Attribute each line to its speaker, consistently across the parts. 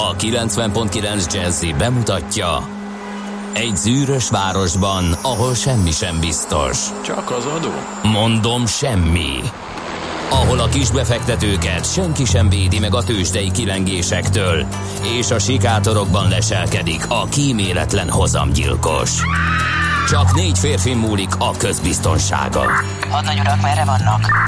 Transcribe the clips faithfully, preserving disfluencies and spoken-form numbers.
Speaker 1: A kilencven pont kilenc Jazzy bemutatja: egy zűrös városban, ahol semmi sem biztos.
Speaker 2: Csak az adó?
Speaker 1: Mondom, semmi. Ahol a kisbefektetőket senki sem védi meg a tőzsdei kilengésektől, és a sikátorokban leselkedik a kíméletlen hozamgyilkos. Csak négy férfi múlik a közbiztonsága.
Speaker 3: Hadnagy urak, merre vannak?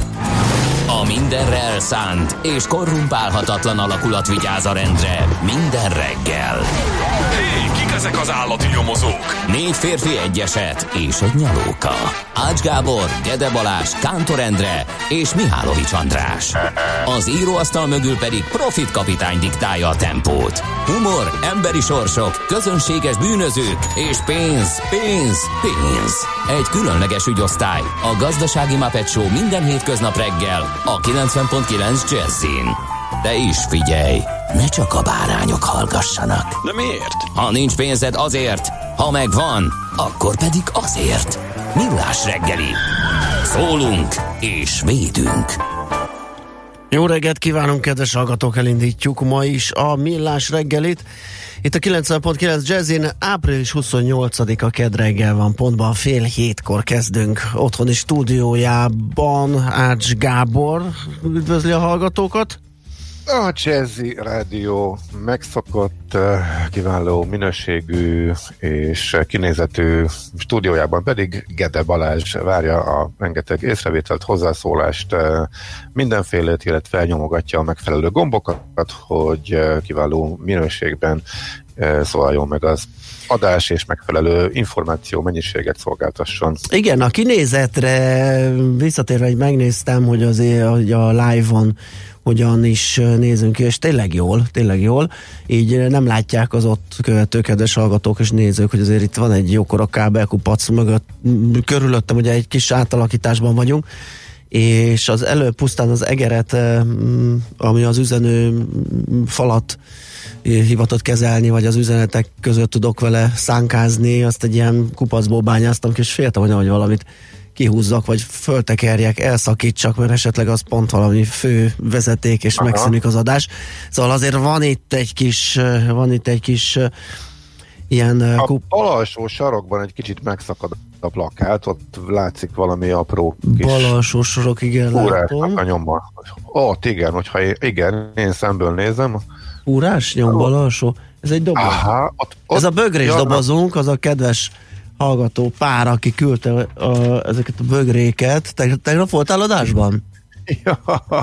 Speaker 1: A mindenre elszánt és korrumpálhatatlan alakulat vigyáz a rendre minden reggel.
Speaker 2: Hé, kik ezek az állati nyomozók?
Speaker 1: Négy férfi, egy eset és egy nyalóka. Ács Gábor, Gede Balázs, Kántor Endre és Mihálovics András. Az íróasztal mögül pedig Profit kapitány diktálja a tempót. Humor, emberi sorsok, közönséges bűnözők és pénz, pénz, pénz. Egy különleges ügyosztály, a Gazdasági Muppet Show minden hétköznap reggel a kilencven pont kilenc Jazzin. De is figyelj, ne csak a bárányok hallgassanak.
Speaker 2: De miért?
Speaker 1: Ha nincs pénzed, azért, ha megvan, akkor pedig azért. Millás reggeli. Szólunk és védünk.
Speaker 4: Jó reggelt kívánunk, kedves hallgatók, elindítjuk ma is a Millás reggelit. Itt a kilencven pont kilenc Jazzin, április huszonnyolcadika kedd reggel van, pontban fél hétkor kezdünk. Otthoni stúdiójában Ács Gábor üdvözli a hallgatókat.
Speaker 5: A Jazzy Rádió megszokott, kiváló minőségű és kinézetű stúdiójában pedig Gede Balázs várja a rengeteg észrevételt, hozzászólást, mindenfélét, illetve felnyomogatja a megfelelő gombokat, hogy kiváló minőségben szólaljon meg az adás és megfelelő információ mennyiséget szolgáltasson.
Speaker 4: Igen, a kinézetre visszatérve, hogy megnéztem, hogy azért hogy a live-on hogyan is nézünk ki, és tényleg jól, tényleg jól. Így nem látják az ott követő kedves hallgatók és nézők, hogy azért itt van egy jókora kábelkupac mögött, körülöttem ugye egy kis átalakításban vagyunk, és az előbb pusztán az egeret, ami az üzenő falat hivatott kezelni, vagy az üzenetek között tudok vele szánkázni, azt egy ilyen kupacból bányáztam, és féltem, hogy valamit kihúzzak, vagy föltekerjek, elszakítsak, mert esetleg az pont valami fő vezeték, és Aha. megszűnik az adás. Szóval azért van itt egy kis, van itt egy kis ilyen...
Speaker 5: A
Speaker 4: kup...
Speaker 5: bal alsó sarokban egy kicsit megszakad a plakát, ott látszik valami apró kis...
Speaker 4: Bal alsó sarok, igen, látom.
Speaker 5: a nyoma. Ott igen, hogyha én, igen, én szemből nézem.
Speaker 4: Úrás nyom, bal alsó? Ez egy doboz.
Speaker 5: Aha, ott, ott,
Speaker 4: Ez a bögrés ja, dobozunk, az a kedves hallgató pár, aki küldte a, ezeket a bögréket. Te, tegnap voltál adásban?
Speaker 5: Ja,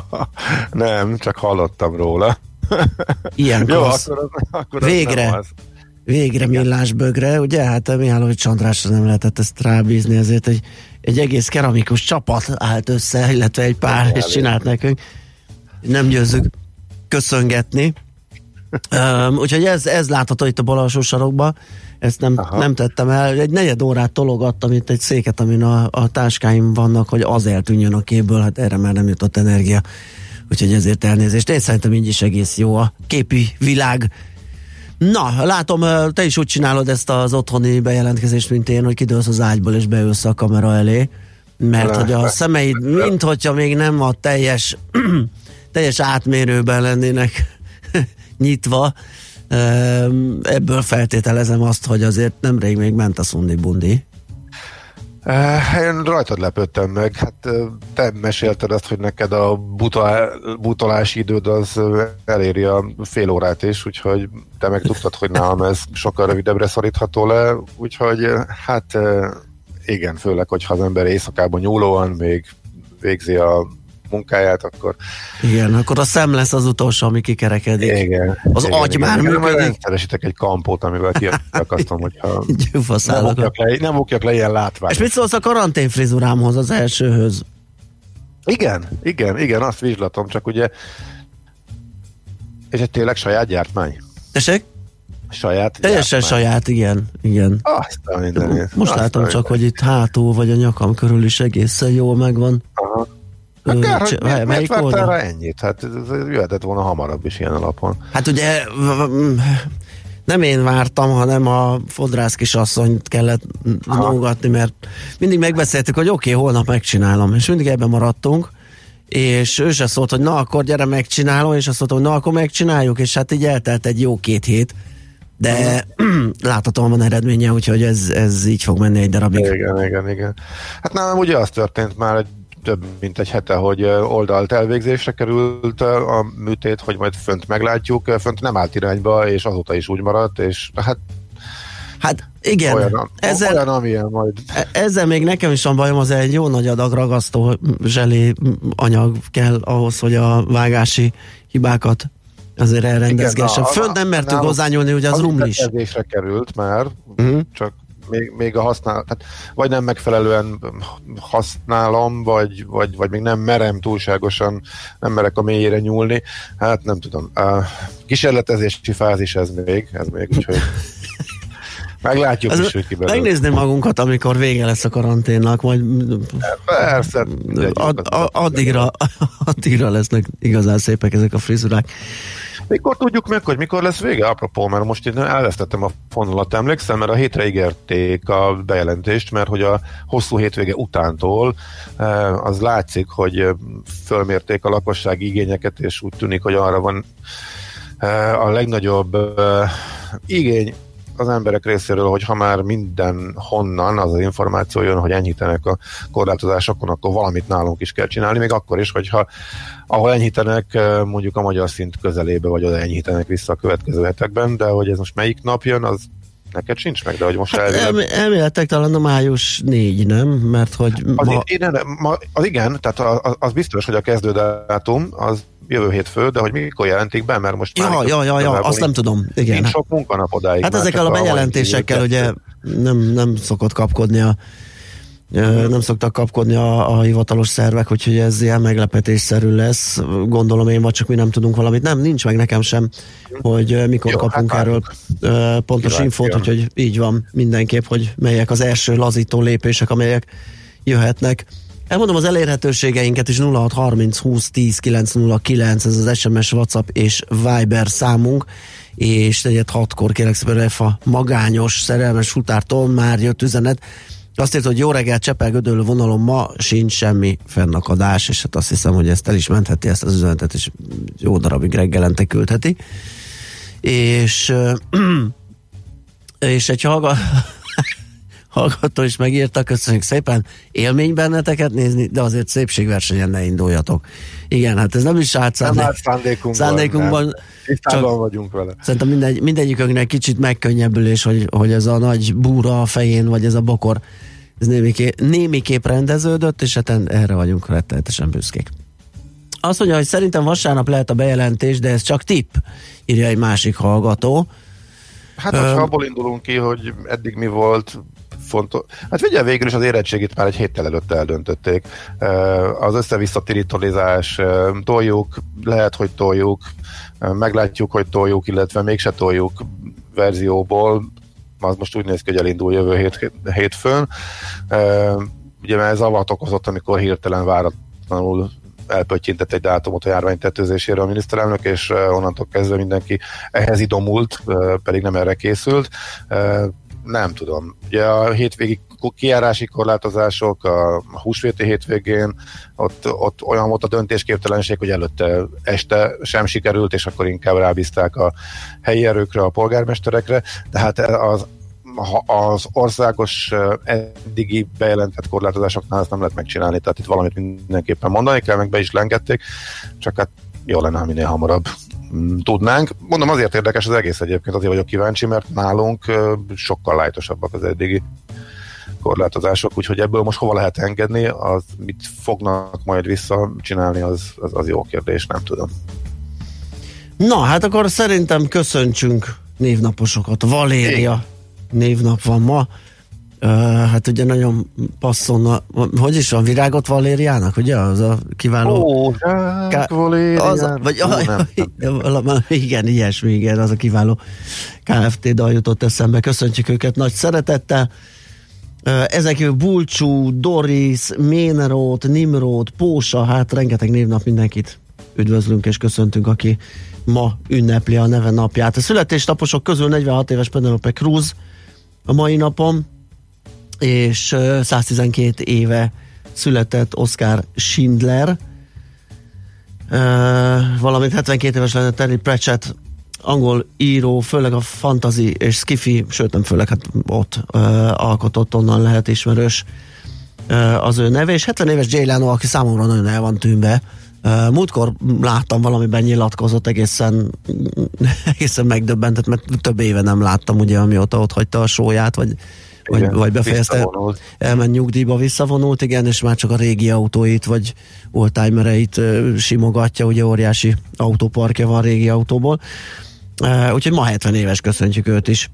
Speaker 5: nem, csak hallottam róla.
Speaker 4: Ilyen
Speaker 5: Jó,
Speaker 4: klassz.
Speaker 5: akkor az, akkor
Speaker 4: végre,
Speaker 5: az
Speaker 4: végre Millás bögre, ugye? Hát Mihálovics Andrásra nem lehetett ezt rábízni, ezért egy, egy egész keramikus csapat állt össze, illetve egy pár, és csinált nekünk. Nem győzzük köszöngetni. um, úgyhogy ez, ez látható itt a bal alsó sarokban. Ezt nem, nem tettem el. Egy negyed órát tologattam itt egy széket, amin a, a táskáim vannak, hogy az eltűnjön a képből, hát erre már nem jutott energia. Úgyhogy ezért elnézést. Én szerintem így is egész jó a képi világ. Na, látom, te is úgy csinálod ezt az otthoni bejelentkezést, mint én, hogy kidőlsz az ágyból és beülsz a kamera elé, mert Le, hogy a szemeid, mint hogyha még nem a teljes teljes átmérőben lennének nyitva. Ebből feltételezem azt, hogy azért nemrég még ment a szundi-bundi.
Speaker 5: Én rajtad lepődtem meg. Hát te mesélted azt, hogy neked a buta, butolási időd az eléri a fél órát is, úgyhogy te meg tudtad, hogy nálam ez sokkal rövidebbre szorítható le, úgyhogy hát igen, főleg, hogyha az ember éjszakában nyúlóan még végzi a munkáját, akkor...
Speaker 4: Igen, akkor a szem lesz az utolsó, ami kikerekedik.
Speaker 5: Igen.
Speaker 4: Az
Speaker 5: igen,
Speaker 4: agy
Speaker 5: igen,
Speaker 4: már
Speaker 5: igen,
Speaker 4: működik.
Speaker 5: Rendszeresítek egy kampót, amivel kiakasztom, hogyha nem bukjak le, nem bukjak le ilyen látvány.
Speaker 4: És mit szólsz a karantén frizurámhoz, az elsőhöz?
Speaker 5: Igen, igen, igen, azt vizslatom, csak ugye és egy tényleg saját gyártmány?
Speaker 4: Tessék?
Speaker 5: Saját
Speaker 4: Teljesen
Speaker 5: gyártmány.
Speaker 4: Saját, igen. igen.
Speaker 5: Azt a mindenét.
Speaker 4: Most
Speaker 5: azt
Speaker 4: látom
Speaker 5: a
Speaker 4: csak, hogy itt hátul vagy a nyakam körül is egészen jól megvan.
Speaker 5: Aha. Hát kár, hogy miért, miért vártál rá ennyit? Hát ez jöhetett volna hamarabb is ilyen alapon.
Speaker 4: Hát ugye nem én vártam, hanem a fodrász kisasszonyt kellett nógatni, mert mindig megbeszéltük, hogy oké, okay, holnap megcsinálom, és mindig ebben maradtunk, és ő se szólt, hogy na akkor gyere megcsinálom, és azt mondtam, hogy na akkor megcsináljuk, és hát így eltelt egy jó két hét, de láthatóan van eredménye, úgyhogy ez, ez így fog menni egy darabig.
Speaker 5: Igen, igen, igen. Hát nálam ugye az történt már egy több mint egy hete, hogy oldalt elvégzésre került a műtét, hogy majd fönt meglátjuk, fönt nem állt irányba, és azóta is úgy maradt, és hát
Speaker 4: Hát igen,
Speaker 5: olyan,
Speaker 4: ezzel,
Speaker 5: olyan, amilyen majd.
Speaker 4: Ezzel még nekem is van bajom, az egy jó nagy adag ragasztó zselé anyag kell ahhoz, hogy a vágási hibákat azért elrendezgessen. Fönt nem mertünk hozzányúlni, hogy az, az rumlis.
Speaker 5: Az elvégzésre került már, uh-huh. csak még, még a használ, tehát vagy nem megfelelően használom, vagy, vagy, vagy még nem merem túlságosan, nem merek a mélyére nyúlni, hát nem tudom. A kísérletezési fázis ez még, ez még, úgyhogy meglátjuk
Speaker 4: az,
Speaker 5: is, hogy kiberül.
Speaker 4: Megnézném magunkat, amikor vége lesz a karanténnak, majd
Speaker 5: persze.
Speaker 4: Ad, a, addigra, addigra lesznek igazán szépek ezek a frizurák.
Speaker 5: Mikor tudjuk meg, hogy mikor lesz vége? Apropó, mert most én elvesztettem a fonalat, emlékszem, mert a hétre ígérték a bejelentést, mert hogy a hosszú hétvége utántól az látszik, hogy fölmérték a lakossági igényeket, és úgy tűnik, hogy arra van a legnagyobb igény az emberek részéről, hogy ha már minden honnan az az információ jön, hogy enyhítenek a korlátozásokon, akkor valamit nálunk is kell csinálni, még akkor is, hogyha ahol enyhítenek, mondjuk a magyar szint közelébe, vagy oda enyhítenek vissza a következő hetekben, de hogy ez most melyik nap jön, az neked sincs meg, de hogy most
Speaker 4: hát
Speaker 5: elvileg...
Speaker 4: Elméletek talán a május négy, nem? Mert hogy
Speaker 5: az,
Speaker 4: ma...
Speaker 5: én, ma, az igen, tehát az, az biztos, hogy a kezdődátum az jövő hétfő, de hogy mikor jelentik be, mert most
Speaker 4: ja,
Speaker 5: már...
Speaker 4: Ja, ja, ja, azt nem tudom. Igen.
Speaker 5: Nincs sok munkanap odáig.
Speaker 4: Hát ezekkel a bejelentésekkel ugye nem, nem szokott kapkodni a nem szoktak kapkodni a, a hivatalos szervek, úgyhogy ez ilyen meglepetésszerű lesz. Gondolom én, vagy csak mi nem tudunk valamit. Nem, nincs meg nekem sem, hogy mikor Jó, kapunk hát erről hát, pontos Kíváncsi infót, jön. Úgyhogy így van mindenképp, hogy melyek az első lazító lépések, amelyek jöhetnek. Elmondom az elérhetőségeinket is: nulla hat harminc húsz tíz kilenc nulla kilenc, ez az es em es, WhatsApp és Viber számunk, és negyed hatkor kérlek szépen a magányos szerelmes futártól már jött üzenet. Azt írta, hogy jó reggelt, Csepel-Gödöllő vonalon ma sincs semmi fennakadás, és hát azt hiszem, hogy ezt el is mentheti, ezt az üzenetet, és jó darabig reggelente küldheti. És és egy hallgató hallgató is megírta, köszönjük szépen, élmény benneteket nézni, de azért szépségversenyen ne induljatok. Igen, hát ez nem is állt szándék,
Speaker 5: nem szándékunkban.
Speaker 4: szándékunkban
Speaker 5: Tisztában vagyunk vele.
Speaker 4: Szerintem mindegy, mindegyikünknek kicsit megkönnyebbülés, hogy, hogy ez a nagy búra a fején, vagy ez a bokor, ez némiképp, némiképp rendeződött, és hát erre vagyunk rettenetesen büszkék. Azt mondja, hogy szerintem vasárnap lehet a bejelentés, de ez csak tipp, írja egy másik hallgató.
Speaker 5: Hát, hogyha um, abból indulunk ki, hogy eddig mi volt fontos. Hát figyelj, végül is az érettségit már egy héttel előtt eldöntötték. Az össze-vissza tiritorizás, toljuk, lehet, hogy toljuk, meglátjuk, hogy toljuk, illetve mégse toljuk verzióból. Az most úgy néz ki, hogy elindul jövő hét, hétfőn. Ugye mert ez zavat okozott, amikor hirtelen váratlanul elpöttyintett egy dátumot a járvány tetőzésére a miniszterelnök, és onnantól kezdve mindenki ehhez idomult, pedig nem erre készült. Nem tudom. Ugye a hétvégi kijárási korlátozások, a húsvéti hétvégén, ott, ott olyan volt a döntésképtelenség, hogy előtte este sem sikerült, és akkor inkább rábízták a helyi erőkre, a polgármesterekre. Tehát az, az országos eddigi bejelentett korlátozásoknál ezt nem lehet megcsinálni, tehát itt valamit mindenképpen mondani kell, meg be is lengették, csak hát jó lenne, ha minél hamarabb tudnánk. Mondom, azért érdekes az egész egyébként, azért vagyok kíváncsi, mert nálunk sokkal lájtosabbak az eddigi korlátozások, úgyhogy ebből most hova lehet engedni, az mit fognak majd visszacsinálni, az, az, az jó kérdés, nem tudom.
Speaker 4: Na, hát akkor szerintem köszöntsünk névnaposokat. Valéria névnap van ma. Uh, hát ugye nagyon passzolna, hogy is van, Virágot Valériának, ugye? Az a kiváló...
Speaker 5: Ó, Ká...
Speaker 4: az a, vagy, Ó, nem, nem. Igen, ilyesmi, igen, az a kiváló ká ef té dal jutott eszembe. Köszöntjük őket nagy szeretettel. Uh, ezek Bulcsú, Doris, Ménerót, Nimrót, Pósa, hát rengeteg névnap, mindenkit üdvözlünk és köszöntünk, aki ma ünnepli a neve napját. A születésnaposok közül negyvenhat éves Penelope Cruz a mai napon, és száztizenkét éve született Oskar Schindler, valamint hetvenkét éves lenne Terry Pratchett, angol író, főleg a fantasy és sci-fi, sőt nem főleg, hát ott uh, alkotott, onnan lehet ismerős uh, az ő neve, és hetven éves Jay Leno, aki számomra nagyon el van tűnve. Uh, múltkor láttam valamiben nyilatkozott, egészen egészen megdöbbentett, mert több éve nem láttam, ugye, amióta ott hagyta a sóját, vagy, igen, vagy, vagy befejezte, elment nyugdíjba, visszavonult, igen, és már csak a régi autóit, vagy oldtimereit uh, simogatja, ugye óriási autóparkja van régi autóból. Uh, úgyhogy ma hetven éves, köszöntjük őt is.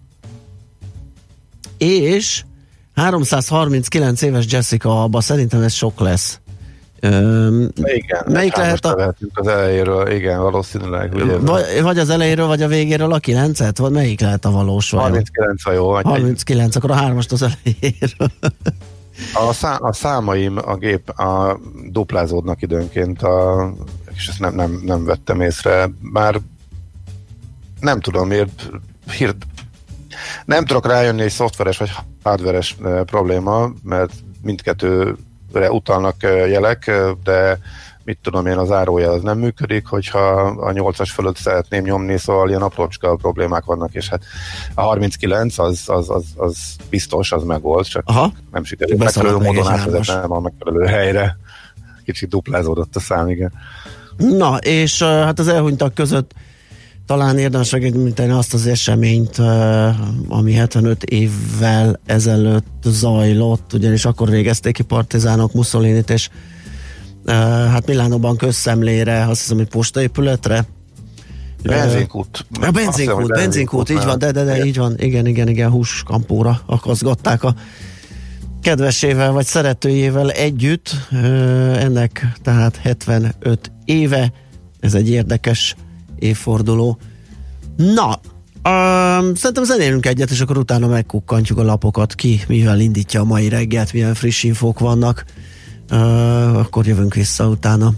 Speaker 4: És háromszázharminckilenc éves Jessica Alba, szerintem ez sok lesz. Um,
Speaker 5: igen,
Speaker 4: melyik lehet a...
Speaker 5: az elejéről, igen, valószínűleg. Ugye
Speaker 4: vagy, vagy az elejéről, vagy a végéről a kilencet? Vagy melyik lehet a valós?
Speaker 5: harminckilenc a jó.
Speaker 4: harminckilenc, akkor a hármast az elejéről.
Speaker 5: A, szá, a számaim a gép a duplázódnak időnként, a, és ezt nem, nem, nem vettem észre. Már nem tudom miért, hír, nem tudok rájönni egy szoftveres vagy hardveres e, probléma, mert mindkettőre utalnak e, jelek, e, de mit tudom én, az zárójel az nem működik, hogyha a nyolcas fölött szeretném nyomni, szóval ilyen aprócska problémák vannak, és hát a harminckilenc az, az, az, az biztos, az megold, csak aha, nem sikerült megfelelő módon átvezetnem a megfelelő helyre. Kicsit duplázódott a szám, igen.
Speaker 4: Na, és uh, hát az elhunytak között talán érdemes megemlíteni azt az eseményt, uh, ami hetvenöt évvel ezelőtt zajlott, ugyanis akkor végezték ki partizánok Mussolinit, és uh, hát Milánóban közszemlére, azt hiszem, hogy postaépületre.
Speaker 5: Benzinkút.
Speaker 4: A benzinkút, benzinkút, így van, de, de, de, így van, igen, igen, igen, húskampóra akaszgatták a kedvesével, vagy szeretőjével együtt, ennek tehát hetvenöt éve, ez egy érdekes évforduló. Na, um, szerintem zenélünk egyet, és akkor utána megkukkantjuk a lapokat ki, mivel indítja a mai reggelt, milyen friss infók vannak, uh, akkor jövünk vissza utána.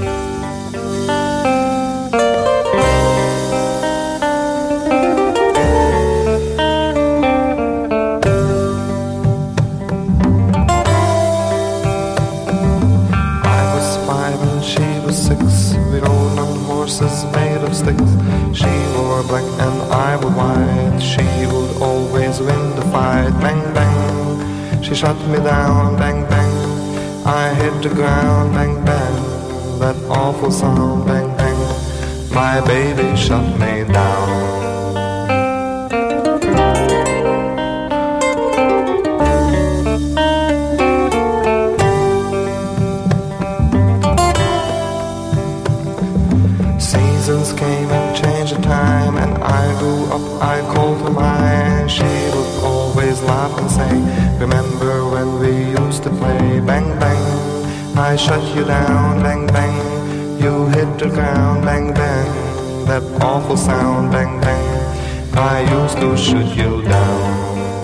Speaker 6: Made of sticks. She wore black and I wore white. She would always win the fight. Bang bang, she shut me down. Bang bang, I hit the ground. Bang bang, that awful sound. Bang bang, my baby shut me down. Came and changed the time, and I grew up, I called her mine. She would always laugh and say, remember when we used to play. Bang bang, I shut you down. Bang bang, you hit the ground. Bang bang, that awful sound. Bang bang, I used to shoot you down.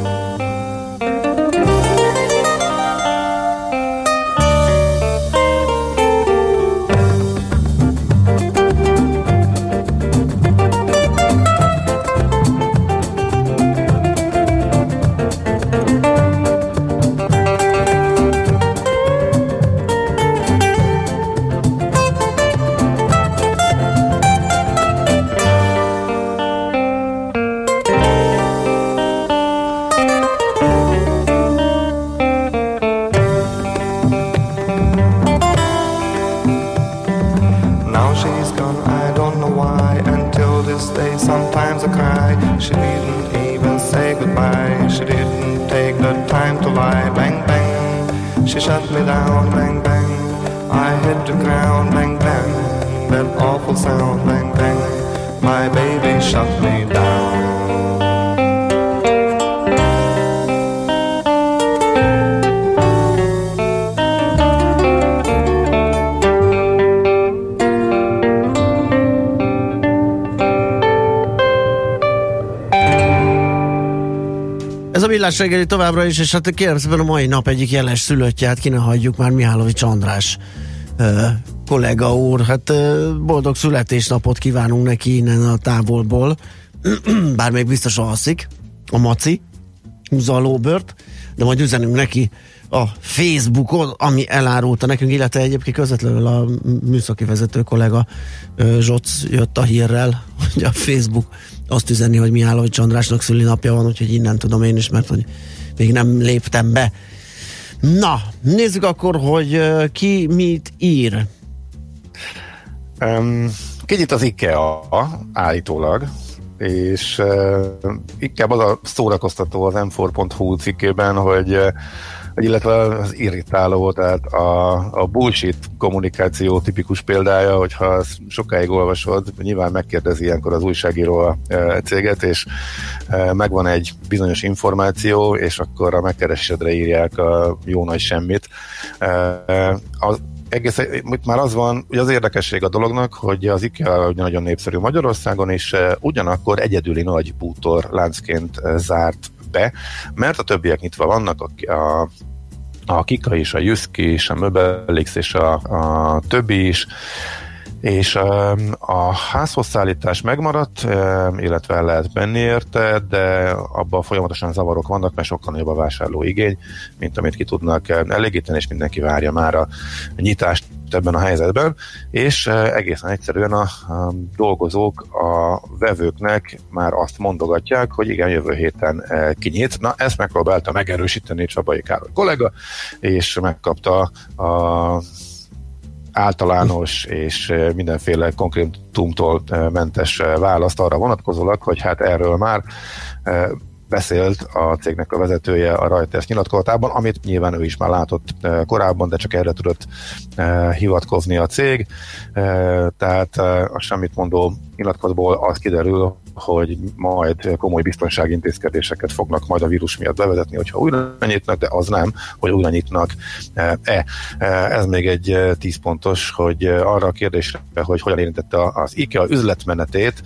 Speaker 4: Reggeli továbbra is, és hát kérem szépen a mai nap egyik jeles szülöttját ki ne hagyjuk már, Mihálovics András uh, kollega úr. Hát uh, boldog születésnapot kívánunk neki innen a távolból, bár még biztos alszik a maci, húzza a lóbört, de majd üzenünk neki a Facebookon, ami elárulta nekünk, illetve egyébként közvetlenül a műszaki vezető kollega Zsoc jött a hírrel, hogy a Facebook azt üzeni, hogy Mihálovics Andrásnak szülinapja van, úgyhogy innen tudom én is, mert hogy még nem léptem be. Na, nézzük akkor, hogy ki mit ír.
Speaker 5: Um, kinyit az IKEA állítólag, és uh, inkább az a szórakoztató az em négy pont hú cikkében, hogy, uh, hogy illetve az irritáló, tehát a, a bullshit kommunikáció tipikus példája, hogyha sokáig olvasod, nyilván megkérdezi ilyenkor az újságíró a uh, céget, és uh, megvan egy bizonyos információ, és akkor a megkeresésedre írják a jó nagy semmit. Uh, az egész, itt már az van, hogy az érdekesség a dolognak, hogy az IKEA nagyon népszerű Magyarországon, és ugyanakkor egyedüli nagy bútor láncként zárt be, mert a többiek nyitva vannak, a, a, a Kika is, a Jyszki is, a Möbelix és a, a többi is, és a házhozszállítás megmaradt, illetve el lehet menni érte, de abban folyamatosan zavarok vannak, mert sokkal nagyobb a vásárló igény, mint amit ki tudnak elégíteni, és mindenki várja már a nyitást ebben a helyzetben, és egészen egyszerűen a, a dolgozók a vevőknek már azt mondogatják, hogy igen, jövő héten kinyit. Na, ezt megpróbálta megerősíteni Csabai Károly kollega, és megkapta a általános és mindenféle konkrétumtól mentes választ arra vonatkozólag, hogy hát erről már beszélt a cégnek a vezetője a Reuters nyilatkozatában, amit nyilván ő is már látott korábban, de csak erre tudott hivatkozni a cég. Tehát a semmit mondó nyilatkozatból az kiderül, hogy majd komoly biztonsági intézkedéseket fognak majd a vírus miatt bevezetni, hogyha újra nyitnak, de az nem, hogy újra nyitnak-e. Ez még egy tíz pontos, hogy arra a kérdésre, hogy hogyan érintette az IKEA üzletmenetét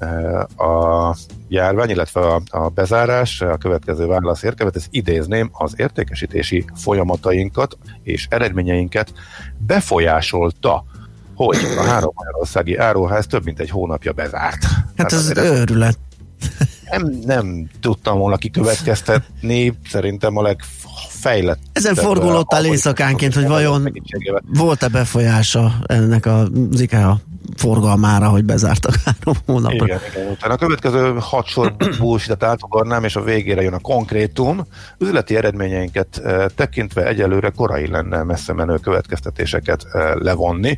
Speaker 5: a járvány, illetve a, a bezárás, a következő válasz érkezett, ezt idézném, az értékesítési folyamatainkat és eredményeinket befolyásolta, hogy a három magyarországi áruház több mint egy hónapja bezárt.
Speaker 4: Hát, hát ez őrület.
Speaker 5: Nem, nem tudtam volna kikövetkeztetni, szerintem a legfejlett.
Speaker 4: Ezen forgulódtál éjszakánként, hogy vajon volt-e befolyása ennek a IKEA forgalmára, hogy bezártak három hónapra.
Speaker 5: Igen, igen. Utána a következő hat sor bullshit-et átugornám, és a végére jön a konkrétum. Üzleti eredményeinket eh, tekintve egyelőre korai lenne messze menő következtetéseket eh, levonni.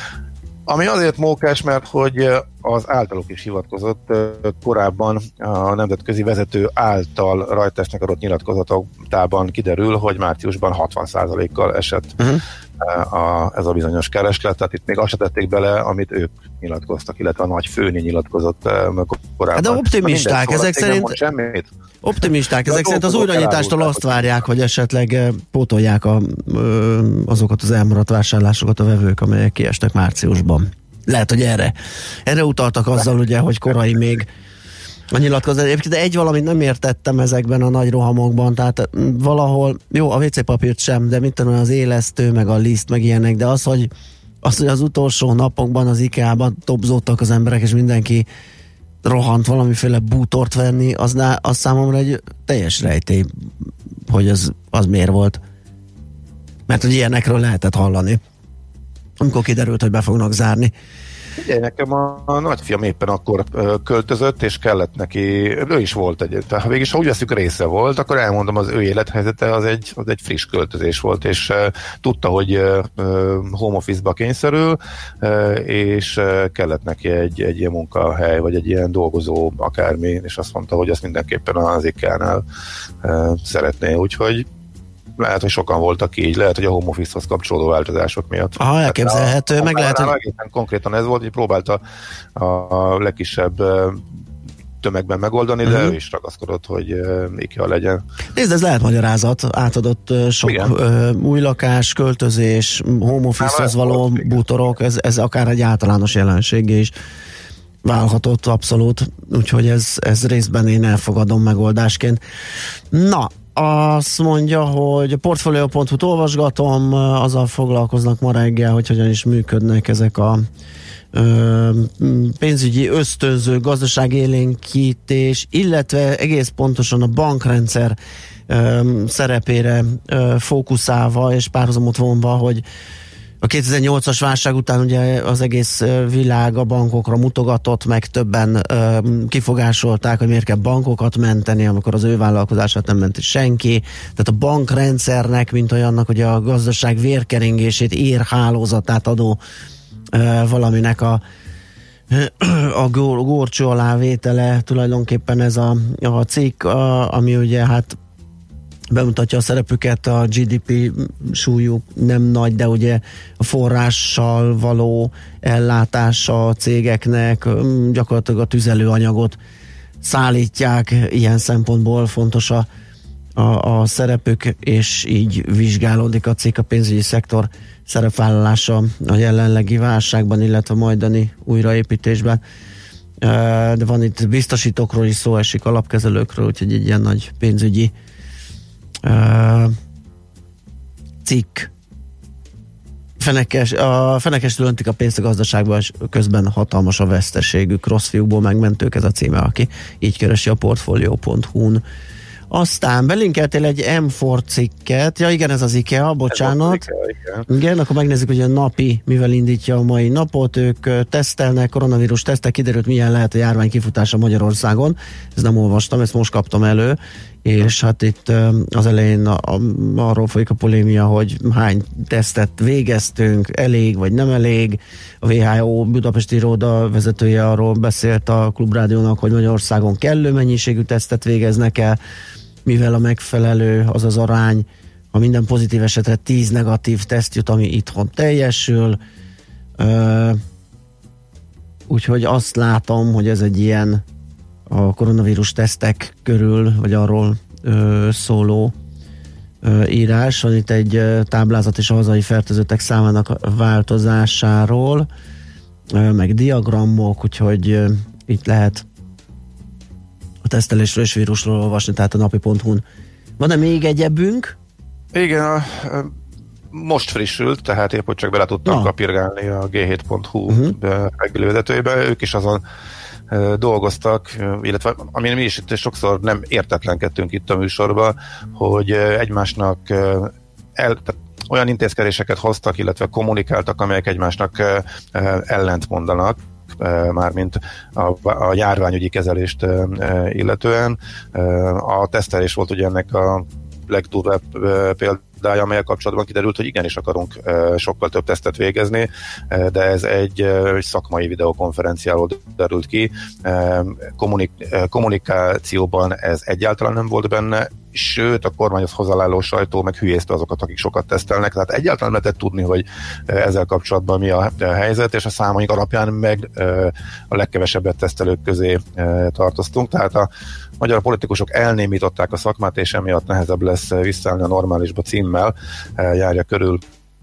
Speaker 5: Ami azért mókás, mert hogy az általuk is hivatkozott korábban a nemzetközi vezető által Reutersnek adott nyilatkozatában kiderül, hogy márciusban hatvan százalékkal esett uh-huh. a, ez a bizonyos kereslet, tehát itt még azt se tették bele, amit ők nyilatkoztak, illetve a nagy főni nyilatkozott korábban.
Speaker 4: De optimisták, ezek szerint optimisták, ezek szerint az újranyitástól azt várják, hogy esetleg pótolják a, azokat az elmaradt vásárlásokat a vevők, amelyek kiestek márciusban. Lehet, hogy erre. Erre utaltak azzal, ugye, hogy korai még a nyilatkozat. Egyébként egy valamit nem értettem ezekben a nagy rohamokban, tehát valahol, jó, a vé cé papírt sem, de mit tudom, az élesztő, meg a liszt, meg ilyenek, de az, hogy az, hogy az utolsó napokban az IKEA-ban topzódtak az emberek, és mindenki rohant valamiféle bútort venni, az, az számomra egy teljes rejtély, hogy az, az miért volt. Mert hogy ilyenekről lehetett hallani, amikor kiderült, hogy be fognak zárni.
Speaker 5: Ugye, nekem a, a nagyfiam éppen akkor ö, költözött, és kellett neki, ő is volt egy, tehát végig, ha úgy veszük, része volt, akkor elmondom, az ő élethelyzete az egy, az egy friss költözés volt, és ö, tudta, hogy ö, home office-ba kényszerül, ö, és ö, kellett neki egy, egy ilyen munkahely, vagy egy ilyen dolgozó akármi, és azt mondta, hogy ezt mindenképpen az IKEA-nál ö, szeretné, úgyhogy lehet, hogy sokan voltak így, lehet, hogy a home office-hoz kapcsolódó változások miatt.
Speaker 4: Aha, elképzelhető, hát, meg lehet, hogy...
Speaker 5: Egészen konkrétan ez volt, hogy próbálta a legkisebb tömegben megoldani, uh-huh. de ő is ragaszkodott, hogy IKEA legyen. Nézd,
Speaker 4: ez lehet magyarázat, átadott sok uh, új lakás, költözés, home office-hoz való bútorok, ez, ez akár egy általános jelenség is válhatott abszolút, úgyhogy ez, ez részben én elfogadom megoldásként. Na, azt mondja, hogy a portfolio pont hu-t olvasgatom, azzal foglalkoznak ma reggel, hogy hogyan is működnek ezek a ö, pénzügyi ösztönző, gazdaságélénkítés, illetve egész pontosan a bankrendszer ö, szerepére ö, fókuszálva és párhuzamot vonva, hogy a kétezer-nyolcas válság után ugye az egész világ a bankokra mutogatott, meg többen ö, kifogásolták, hogy miért kell bankokat menteni, amikor az ő vállalkozását nem menti senki. Tehát a bankrendszernek, mint olyannak, hogy a gazdaság vérkeringését, érhálózatát adó ö, valaminek a, a górcső alá vétele tulajdonképpen ez a, a cikk, a, ami ugye hát bemutatja a szerepüket, a gé dé pé súlyuk nem nagy, de ugye a forrással való ellátása a cégeknek, gyakorlatilag a tüzelőanyagot szállítják, ilyen szempontból fontos a, a, a szerepük, és így vizsgálódik a cég a pénzügyi szektor szerepvállalása a jelenlegi válságban, illetve majdani újraépítésben. De van itt biztosítókról is szó esik, alapkezelőkről, úgyhogy egy ilyen nagy pénzügyi Uh, cikk. Fenekes, a fenekestől öntik a pénzt a gazdaságba, és közben hatalmas a veszteségük. Rossz fiúkból megmentők, ez a címe, aki így keresi a portfolio pont hu-n. Aztán belinkeltél egy em négy cikket. Ja igen, ez az IKEA, bocsánat. IKEA, igen. igen, akkor megnézzük, hogy a napi mivel indítja a mai napot. Ők tesztelnek, koronavírus tesztek, kiderült, milyen lehet a járvány kifutása Magyarországon. Ezt nem olvastam, ezt most kaptam elő. És hát itt az elején a, a, arról folyik a polémia, hogy hány tesztet végeztünk, elég vagy nem elég. A vé há o budapesti iroda vezetője arról beszélt a Klubrádiónak, hogy Magyarországon kellő mennyiségű tesztet végeznek el, mivel a megfelelő az az arány, ha minden pozitív esetre tíz negatív teszt jut, ami itthon teljesül. Ö, úgyhogy azt látom, hogy ez egy ilyen a koronavírus tesztek körül, vagy arról ö, szóló ö, írás. Van itt egy ö, táblázat is a hazai fertőzöttek számának változásáról, ö, meg diagramok, úgyhogy ö, itt lehet a tesztelésről és vírusról olvasni, tehát a napi pont hu-n. Van-e még egyebünk?
Speaker 5: Igen, a, most frissült, tehát épp hogy csak bele tudtam no. kapirgálni a gé hét pont hu uh-huh. reggeli vezetőjébe. Ők is azon dolgoztak, illetve amin mi is itt sokszor nem értetlenkedtünk itt a műsorban, hogy egymásnak el, olyan intézkedéseket hoztak, illetve kommunikáltak, amelyek egymásnak ellent mondanak, mármint a, a járványügyi kezelést illetően. A tesztelés volt ugye ennek a legdurvább példája, amelyek kapcsolatban kiderült, hogy igenis akarunk sokkal több tesztet végezni, de ez egy szakmai videokonferenciáról derült ki. Kommunik- kommunikációban ez egyáltalán nem volt benne, sőt a kormányhoz hozzáálló sajtó meg hülyézte azokat, akik sokat tesztelnek, tehát egyáltalán lehetett tudni, hogy ezzel kapcsolatban mi a helyzet, és a számaink alapján meg a legkevesebbet tesztelők közé tartoztunk, tehát a magyar politikusok elnémították a szakmát, és emiatt nehezebb lesz visszaállni a normálisba címmel, járja körül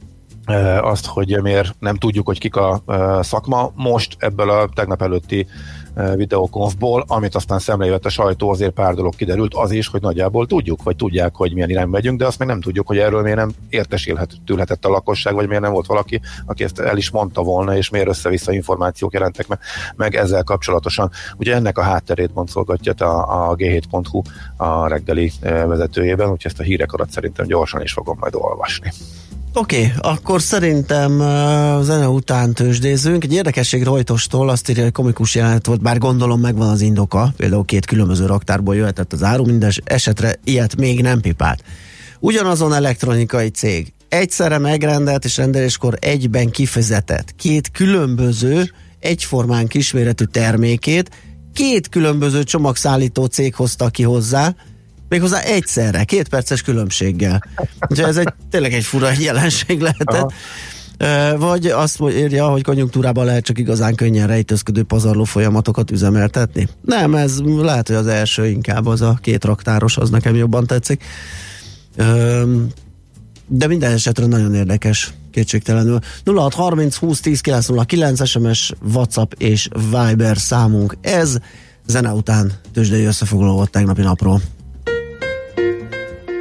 Speaker 5: azt, hogy miért nem tudjuk, hogy kik a szakma. Most ebből a tegnap előtti videokonfból, amit aztán szemlélvett a sajtó, azért pár dolog kiderült, az is, hogy nagyjából tudjuk, vagy tudják, hogy milyen irány megyünk, de azt még nem tudjuk, hogy erről miért nem értesülhetett a lakosság, vagy miért nem volt valaki, aki ezt el is mondta volna, és miért össze-vissza információk jelentek meg, meg ezzel kapcsolatosan. Ugye ennek a hátterét boncolgatja a, a gé hét pont hu a reggeli vezetőjében, úgyhogy ezt a hírek alatt szerintem gyorsan is fogom majd olvasni.
Speaker 4: Oké, okay, akkor szerintem uh, zene után tőzsdézünk. Egy érdekesség Reutostól azt írja, hogy komikus jelenet volt, bár gondolom megvan az indoka, például két különböző raktárból jöhetett az áru, minden esetre ilyet még nem pipált. Ugyanazon elektronikai cég egyszerre megrendelt és rendeléskor egyben kifizetett két különböző, egyformán kisméretű termékét, két különböző csomagszállító cég hozta ki hozzá, méghozzá egyszerre, két perces különbséggel. Úgyhogy ez egy, tényleg egy fura jelenség lehetett. Aha. Vagy azt írja, hogy konjunktúrában lehet csak igazán könnyen rejtőzködő pazarló folyamatokat üzemeltetni. Nem, ez lehet, hogy az első inkább az a két raktáros, az nekem jobban tetszik. De minden esetre nagyon érdekes, kétségtelenül. nulla hat harminc húsz tíz kilenc nulla kilenc es em es, WhatsApp és Viber számunk. Ez zene után tőzsdei összefoglaló volt tegnapi napról.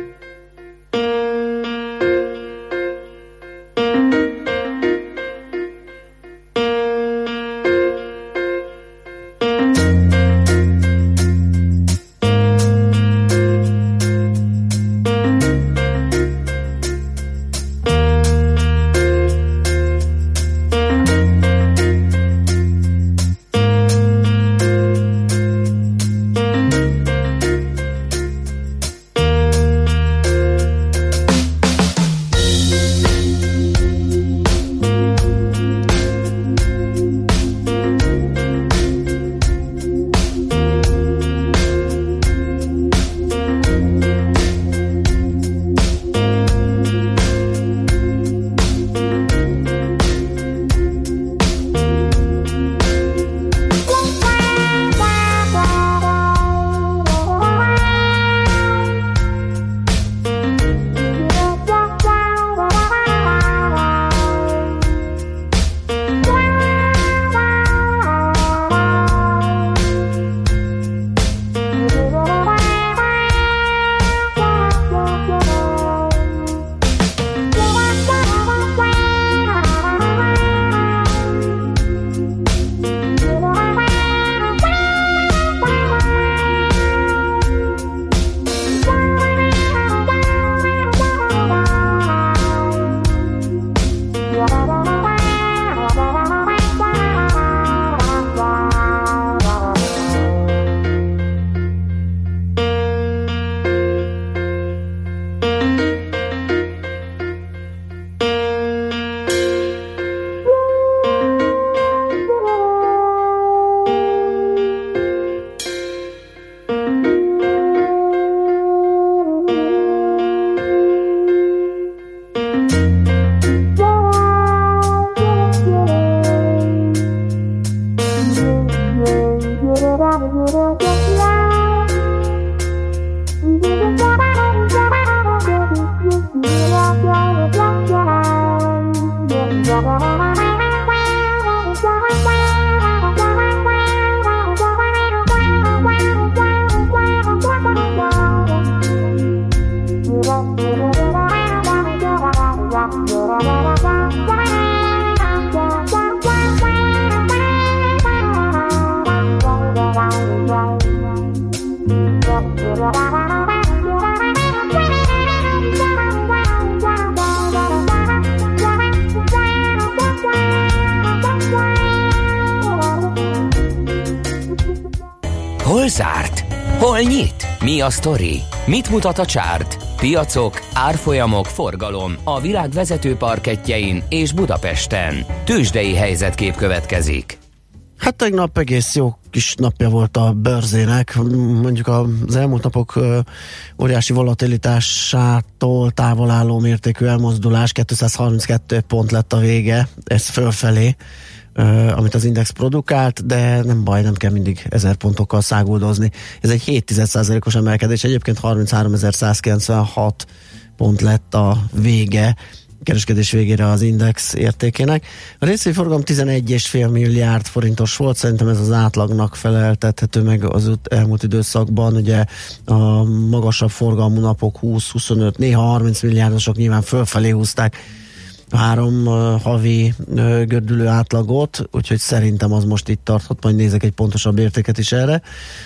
Speaker 1: Hol zárt? Hol nyit? Mi a sztori? Mit mutat a csárt? Piacok, árfolyamok, forgalom a világ vezető parkettjein és Budapesten. Tőzsdei helyzetkép következik.
Speaker 4: Hát tegnap egész jó kis napja volt a bőrzének, mondjuk az elmúlt napok óriási volatilitásától távol álló mértékű elmozdulás, kétszázharminckettő pont lett a vége, ez fölfelé, amit az Index produkált, de nem baj, nem kell mindig ezer pontokkal száguldozni. Ez egy hét egész egy százalékos emelkedés, egyébként harmincháromezer-százkilencvenhat pont lett a vége, kereskedés végére az Index értékének. A részvényforgalom tizenegy egész öt milliárd forintos volt, szerintem ez az átlagnak feleltethető meg az elmúlt időszakban, ugye a magasabb forgalmú napok húsz-huszonöt, néha harminc milliárdosok nyilván fölfelé húzták a három uh, havi uh, gördülő átlagot, úgyhogy szerintem az most itt tarthat, majd nézek egy pontosabb értéket is erre.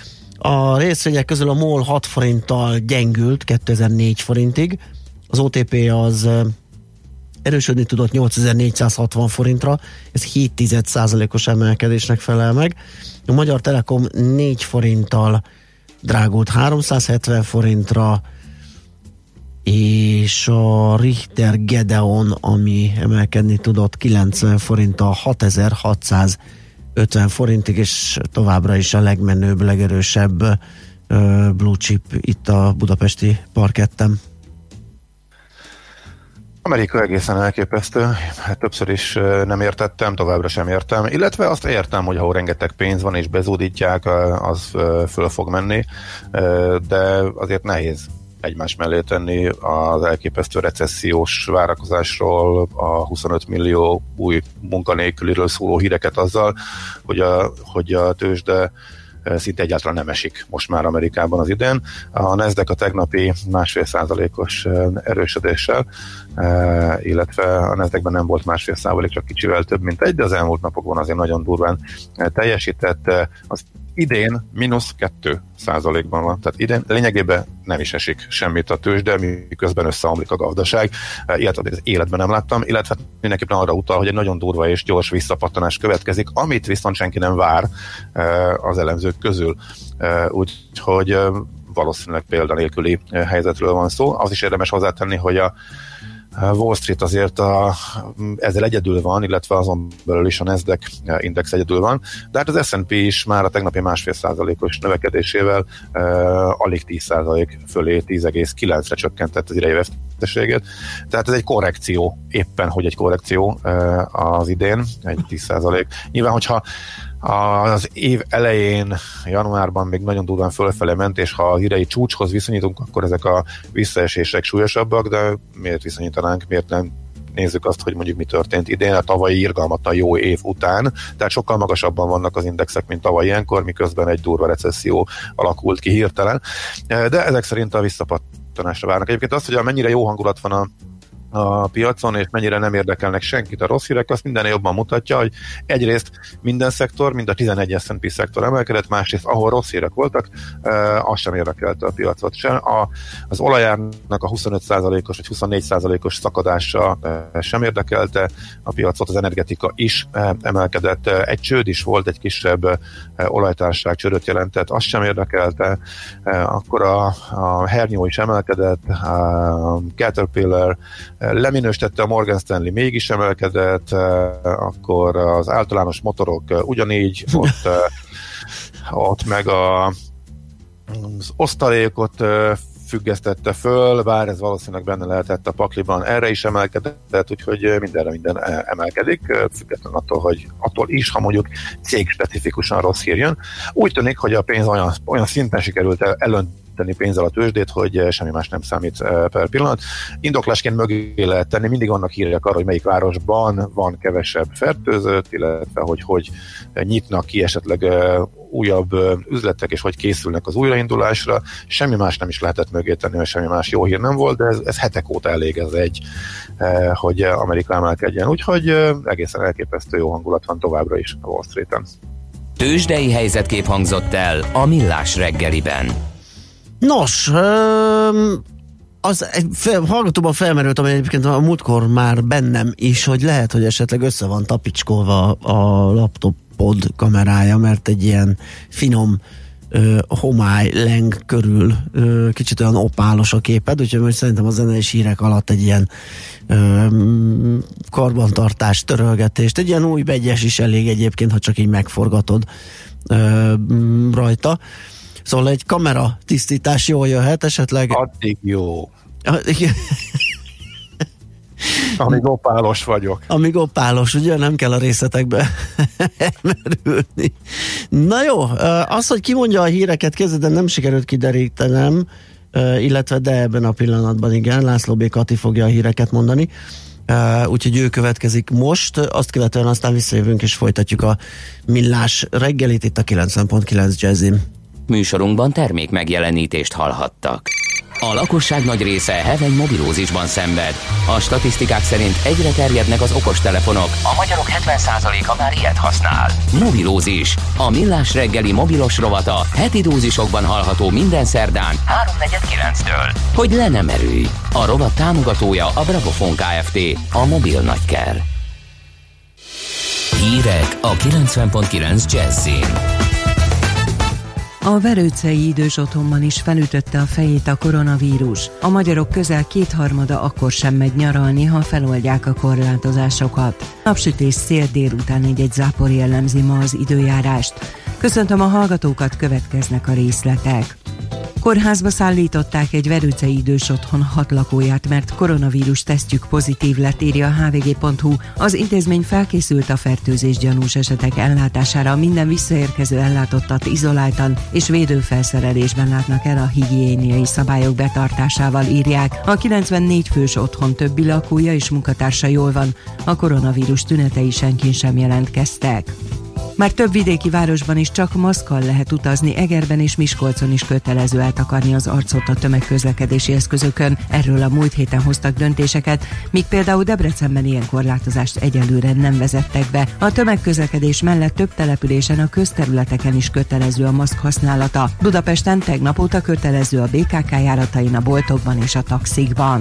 Speaker 4: A részvények közül a MOL hat forinttal gyengült kétezer-négy forintig, az o té pé az uh, erősödni tudott nyolcezer-négyszázhatvan forintra, ez hét egész egy százalékos emelkedésnek felel meg. A Magyar Telekom négy forinttal drágult háromszázhetven forintra, és a Richter Gedeon, ami emelkedni tudott kilencven forinttal hatezer-hatszázötven forintig, és továbbra is a legmenőbb, legerősebb uh, blue chip itt a budapesti parketten.
Speaker 5: Amerika egészen elképesztő, hát többször is nem értettem, továbbra sem értem, illetve azt értem, hogy ha rengeteg pénz van és bezúdítják, az föl fog menni, de azért nehéz egymás mellé tenni az elképesztő recessziós várakozásról, a huszonöt millió új munkanélküliről szóló híreket azzal, hogy a, hogy a tőzsde szinte egyáltalán nem esik most már Amerikában az idén. A Nasdaq a tegnapi másfél százalékos erősödéssel, illetve a Nasdaqben nem volt másfél százalék, csak kicsivel több, mint egy, de az elmúlt napokban azért nagyon durván teljesített. Az idén mínusz kettő százalékban van, tehát idén lényegében nem is esik semmit a tőzsde, miközben összeomlik a gazdaság. Ilyet az életben nem láttam, illetve mindenképpen arra utal, hogy egy nagyon durva és gyors visszapattanás következik, amit viszont senki nem vár az elemzők közül. Úgyhogy valószínűleg példanélküli helyzetről van szó. Az is érdemes hozzátenni, hogy a Wall Street azért a, ezzel egyedül van, illetve azon belül is a Nasdaq index egyedül van, de hát az es and pé is már a tegnapi másfél százalékos növekedésével uh, alig tíz százalék fölé tíz egész kilencre csökkentett az idei veszteségét. Tehát ez egy korrekció, éppen hogy egy korrekció uh, az idén, egy tíz százalék. Nyilván, hogyha az év elején, januárban még nagyon durván fölfelé ment, és ha az idei csúcshoz viszonyítunk, akkor ezek a visszaesések súlyosabbak, de miért viszonyítanánk, miért nem nézzük azt, hogy mondjuk mi történt idén, a tavalyi irgalmatlan jó év után, tehát sokkal magasabban vannak az indexek, mint tavaly ilyenkor, miközben egy durva recesszió alakult ki hirtelen, de ezek szerint a visszapattanásra várnak. Egyébként azt, hogy mennyire jó hangulat van a a piacon, és mennyire nem érdekelnek senkit a rossz hírek, azt minden jobban mutatja, hogy egyrészt minden szektor, mind a tizenegy es and pé szektor emelkedett, másrészt ahol rossz hírek voltak, eh, az sem érdekelte a piacot sem. A, az olajárnak a huszonöt százalékos vagy huszonnégy százalékos szakadása eh, sem érdekelte a piacot, az energetika is eh, emelkedett, egy csőd is volt, egy kisebb eh, olajtársaság csődöt jelentett, az sem érdekelte, eh, akkor a, a hernyó is emelkedett, a Caterpillar leminősítette, a Morgan Stanley mégis emelkedett, akkor az általános motorok ugyanígy, ott, ott meg a, az osztalékot függesztette föl, bár ez valószínűleg benne lehetett a pakliban, erre is emelkedett, úgyhogy mindenre minden emelkedik, függetlenül attól, hogy attól is, ha mondjuk cég-specifikusan rossz hír jön. Úgy tűnik, hogy a pénz olyan, olyan szinten sikerült elönteni pénzzel a tőzsdét, hogy semmi más nem számít per pillanat. Indoklásként mögé lehet tenni, mindig vannak hírek arra, hogy melyik városban van kevesebb fertőzött, illetve hogy hogy nyitnak ki esetleg újabb üzletek, és hogy készülnek az újraindulásra. Semmi más nem is lehetett mögé tenni, mert semmi más jó hír nem volt, de ez, ez hetek óta elég ez egy, hogy Amerika emelkedjen. Úgyhogy egészen elképesztő jó hangulat van továbbra is a Wall Streeten.
Speaker 1: Tőzsdei helyzetkép hangzott el a Millás reggeliben.
Speaker 4: Nos, az fel, hallgatóban felmerült, ami egyébként a múltkor már bennem is, hogy lehet, hogy esetleg össze van tapicskolva a laptopod kamerája, mert egy ilyen finom ö, homály leng körül ö, kicsit olyan opálos a képed, úgyhogy most szerintem a zenei hírek alatt egy ilyen ö, karbantartás, törölgetést, egy ilyen új begyes is elég egyébként, ha csak így megforgatod ö, rajta. Szóval egy kamera tisztítás jól jöhet, esetleg...
Speaker 5: Addig jó. Amíg opálos vagyok.
Speaker 4: Amíg opálos, ugye nem kell a részletekbe elmerülni. Na jó, az, hogy ki mondja a híreket, kezdetben nem sikerült kiderítenem, illetve de ebben a pillanatban igen, László B. Kati fogja a híreket mondani. Úgyhogy ő következik most, azt követően aztán visszajövünk és folytatjuk a Millás reggelit itt a kilencven pont kilenc Jazzin.
Speaker 1: Műsorunkban termék megjelenítést hallhattak. A lakosság nagy része heveny mobilózisban szenved. A statisztikák szerint egyre terjednek az okostelefonok.
Speaker 3: A magyarok hetven százaléka már ilyet használ.
Speaker 1: Mobilózis. A Millás reggeli mobilos rovata heti dózisokban hallható minden szerdán
Speaker 3: háromnegyed kilenctől.
Speaker 1: Hogy le nem erőj. A rovat támogatója a Bravofon Kft. A mobil nagyker. Hírek a kilencven pont kilenc Jazzin.
Speaker 7: A verőcei idős otthonban is felütötte a fejét a koronavírus. A magyarok közel kétharmada akkor sem megy nyaralni, ha feloldják a korlátozásokat. Napsütés, szél, délután egy-egy zápor jellemzi ma az időjárást. Köszöntöm a hallgatókat, következnek a részletek. Kórházba szállították egy verőcei idős otthon hat lakóját, mert koronavírus tesztjük pozitív lett, írja a há vé gé pont hú. Az intézmény felkészült a fertőzés gyanús esetek ellátására, minden visszaérkező ellátottat izoláltan és védőfelszerelésben látnak el a higiéniai szabályok betartásával, írják. A kilencvennégy fős otthon többi lakója és munkatársa jól van, a koronavírus tünetei senkin sem jelentkeztek. Már több vidéki városban is csak maszkkal lehet utazni, Egerben és Miskolcon is kötelező eltakarni az arcot a tömegközlekedési eszközökön. Erről a múlt héten hoztak döntéseket, míg például Debrecenben ilyen korlátozást egyelőre nem vezettek be. A tömegközlekedés mellett több településen a közterületeken is kötelező a maszk használata. Budapesten tegnap óta kötelező a bé ká ká járatain, a boltokban és a taxikban.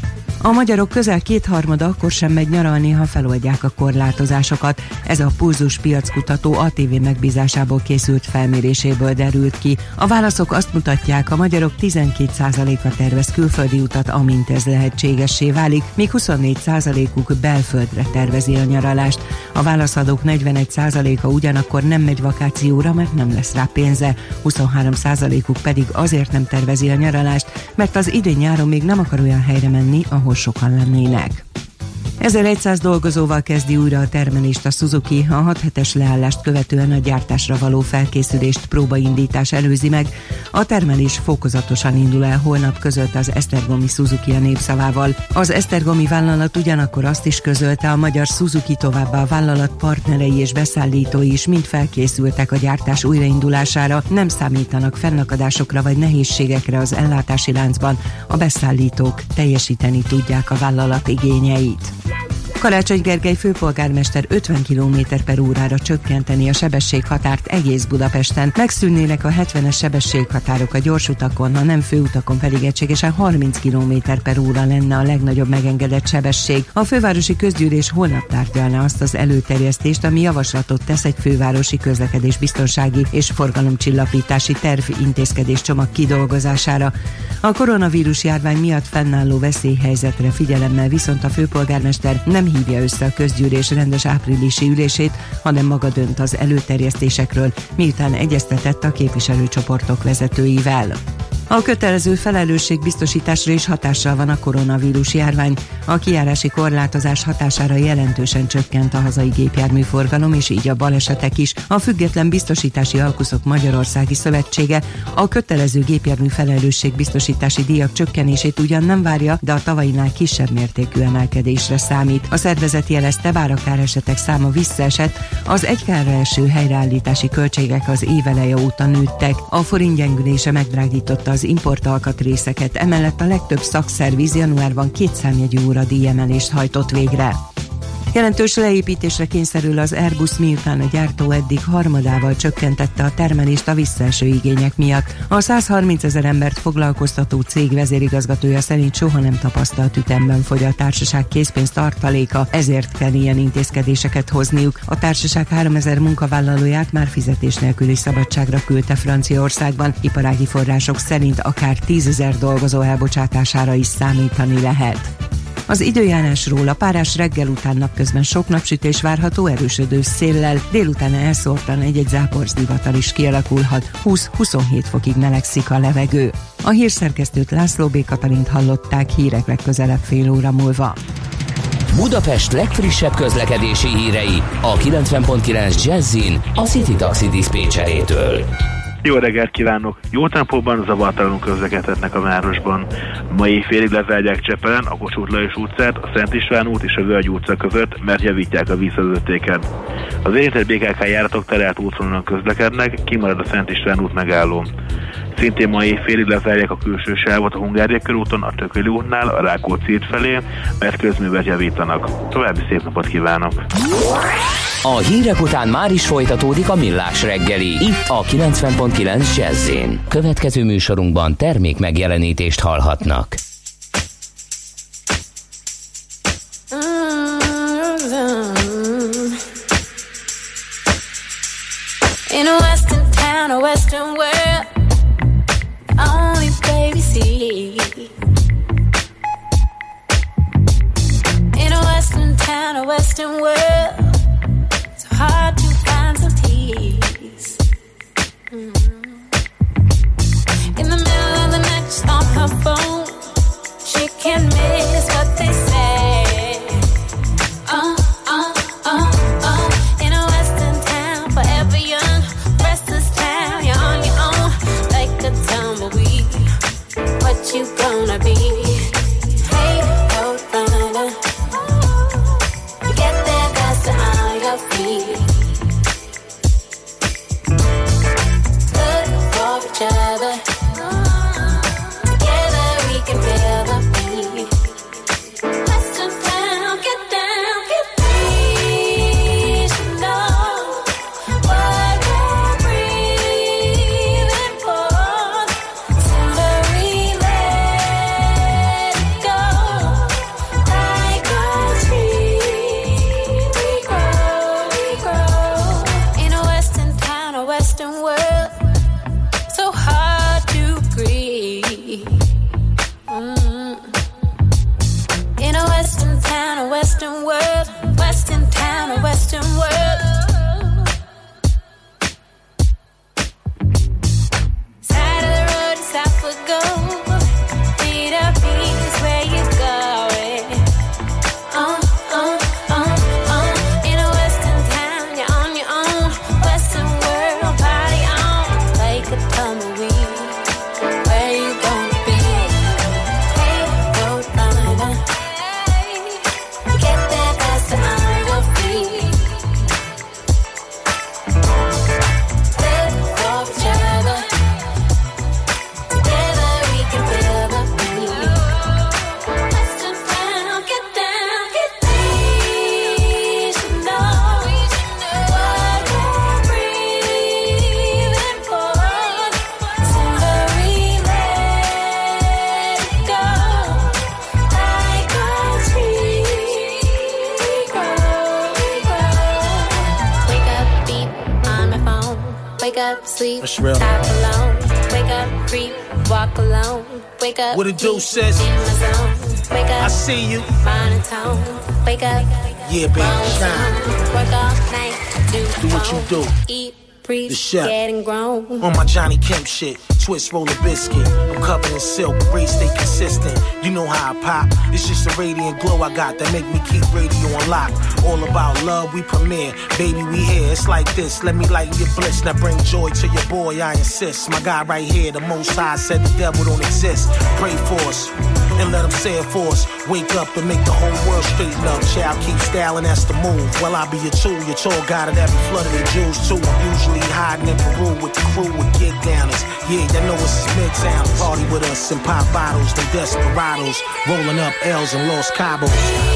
Speaker 7: A magyarok közel kétharmada akkor sem megy nyaralni, ha feloldják a korlátozásokat. Ez a Pulzus piackutató á té vé megbízásából készült felméréséből derült ki. A válaszok azt mutatják, a magyarok tizenkét százaléka tervez külföldi utat, amint ez lehetségessé válik, míg huszonnégy százalékuk belföldre tervezi a nyaralást. A válaszadók negyvenegy százaléka ugyanakkor nem megy vakációra, mert nem lesz rá pénze, huszonhárom százalékuk pedig azért nem tervezi a nyaralást, mert az idén nyáron még nem akar olyan helyre menni, ahol sokan lennének. ezerszáz dolgozóval kezdi újra a termelést a Suzuki, a hat hetes leállást követően a gyártásra való felkészülést próbaindítás előzi meg. A termelés fokozatosan indul el holnap, közölte az esztergomi Suzuki a Népszavával. Az esztergomi vállalat ugyanakkor azt is közölte, a magyar Suzuki, továbbá a vállalat partnerei és beszállítói is mind felkészültek a gyártás újraindulására, nem számítanak fennakadásokra vagy nehézségekre az ellátási láncban, a beszállítók teljesíteni tudják a vállalat igényeit. Karácsony Gergely főpolgármester ötven kilométer per órára csökkenteni a sebességhatárt egész Budapesten. Megszűnnének a hetvenes sebességhatárok a gyorsutakon, a nem főutakon pedig egységesen harminc kilométer per óra lenne a legnagyobb megengedett sebesség. A fővárosi közgyűlés holnap tárgyalná azt az előterjesztést, ami javaslatot tesz egy fővárosi közlekedésbiztonsági és forgalomcsillapítási terv intézkedés csomag kidolgozására. A koronavírus járvány miatt fennálló veszélyhelyzetre figyelemmel viszont a főpolgármester nem hívja össze a közgyűlés rendes áprilisi ülését, hanem maga dönt az előterjesztésekről, miután egyeztetett a képviselőcsoportok vezetőivel. A kötelező felelősségbiztosításra is hatással van a koronavírus járvány. A kijárási korlátozás hatására jelentősen csökkent a hazai gépjárműforgalom, és így a balesetek is. A Független Biztosítási Alkuszok Magyarországi Szövetsége a kötelező gépjármű felelősségbiztosítási díjak csökkenését ugyan nem várja, de a tavainál kisebb mértékű emelkedésre számít. A szervezet jelezte, bár a káresetek száma visszaesett, az egykárra eső helyreállítási költségek az éveleje óta nőttek. A forint gyengülése megdrágította az importalkatrészeket, emellett a legtöbb szakszerviz januárban két számjegyű óradíjemelést hajtott végre. Jelentős leépítésre kényszerül az Airbus, miután a gyártó eddig harmadával csökkentette a termelést a visszaeső igények miatt. A százharminc ezer embert foglalkoztató cég vezérigazgatója szerint soha nem tapasztalt ütemben fogy a társaság készpénz tartaléka, ezért kell ilyen intézkedéseket hozniuk. A társaság háromezer munkavállalóját már fizetés nélküli szabadságra küldte Franciaországban. Iparági források szerint akár tízezer dolgozó elbocsátására is számítani lehet. Az időjárásról: a párás reggel után napközben sok napsütés várható erősödő széllel, délután elszórtan egy-egy záporzivatar is kialakulhat, húsz-huszonhét fokig melegszik a levegő. A hírszerkesztőt, László B. Katalint hallották, hírek legközelebb fél óra múlva.
Speaker 1: Budapest legfrissebb közlekedési hírei a kilencven pont kilenc Jazzin a City Taxi diszpécserétől.
Speaker 8: Jó reggelt kívánok! Jó tempóban zavartalanul közlekedhetnek a városban. Ma éjfélig lezárják Csepelen a Kossuth Lajos utcát, a Szent István út és a Völgy utca között, mert javítják a vízvezetéken. Az érintett bé ká ká járatok terelt útvonalon közlekednek, kimarad a Szent István út megállón. Szintén ma éjfélig lezárják a külső sávot a Hungária körúton, a Tököli útnál, a Rákóczi út felé, mert közművet javítanak. További szép napot kívánok!
Speaker 1: A hírek után már is folytatódik a Millás reggeli, itt a kilencven pont kilenc Jazz-én. Következő műsorunkban termék megjelenítést hallhatnak.
Speaker 9: In a western town, a western world, only baby see. In a western town, a western world, hard to find some peace. Mm-hmm. In the middle of the night, she's on her phone. She can't miss what they say. Oh, oh, oh, oh. In a western town, forever young, restless town, you're on your own, like a tumbleweed. What you gonna be? Hey, road runner, you get there faster on your feet. Each other. Together we can feel the beat. Western town, get down, get free. You know what we're breathing for. Sooner we let it go. Like a tree, we grow, we grow. In a western town, a western world, so hard to breathe. Mm-hmm. In a western town, a western world, western town, a western world. Side of the road is south for gold. Need a piece where you going. Oh, oh, oh, oh. In a western town, you're on your own. Western world, party on like a tumbleweed. Where you gonna be? Hey, road runner, get there faster on your feet. Live for each other. Together we can feel the beat. Western town, get down, get free. You know what we're breathing for. Sooner we let it go. Like a tree, we grow, we grow. Wake up, beep on my phone. Wake up, sleep, top alone. Wake up, creep, walk alone. Wake up,
Speaker 10: What it do,
Speaker 9: deep
Speaker 10: sis?
Speaker 9: in my zone. Wake up,
Speaker 10: I see you.
Speaker 9: monotone. Wake up,
Speaker 10: Yeah, baby,
Speaker 9: wrong
Speaker 10: shine.
Speaker 9: zone. Work all night, do
Speaker 10: Do what you
Speaker 9: phone.
Speaker 10: do.
Speaker 9: Eat breathe,
Speaker 10: The chef.
Speaker 9: getting grown.
Speaker 10: On my Johnny Kemp shit, twist, roll a biscuit. I'm covered in silk, braids stay consistent. You know how I pop. It's just a radiant glow I got that make me keep radio on lock. All about love, we premiere. Baby, we here. It's like this. Let me lighten your bliss. Now bring joy to your boy, I insist. My guy right here, the Most High said the devil don't exist. Pray for us and let him say it for us. Wake up and make the whole world straighten up. Child, keep styling, that's the move. Well, I'll be your tool, your tour guide at every flood of the Jews too. I'm usually hiding in Peru with the crew with get downers. Yeah, you know it's Midtown. Party with us and pop bottles, them desperados. Rolling up L's and Los Cabos.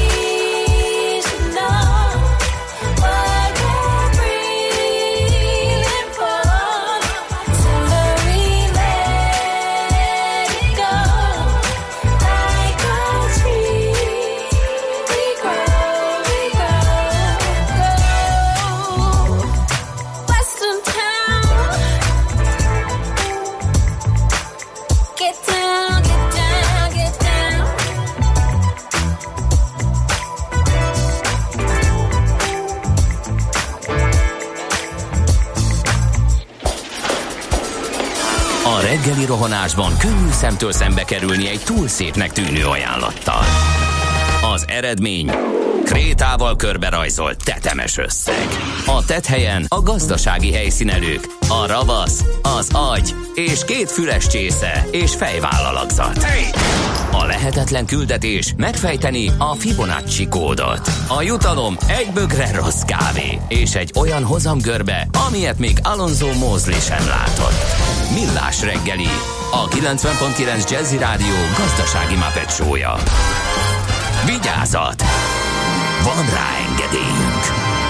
Speaker 1: A reggeli rohanásban könnyű szemtől szembe kerülni egy túl szépnek tűnő ajánlattal. Az eredmény krétával körberajzolt tetemes összeg. A tetthelyen a gazdasági helyszínelők, a ravasz, az agy és két füles csésze és fejvállalakzat. A lehetetlen küldetés megfejteni a Fibonacci kódot. A jutalom egy bögre rossz kávé és egy olyan hozamgörbe, amilyet még Alonso Mosley sem látott. Millás reggeli, a kilencven pont kilenc Jazzy Rádió gazdasági Muppet show-ja. Vigyázat! Van rá engedélyünk!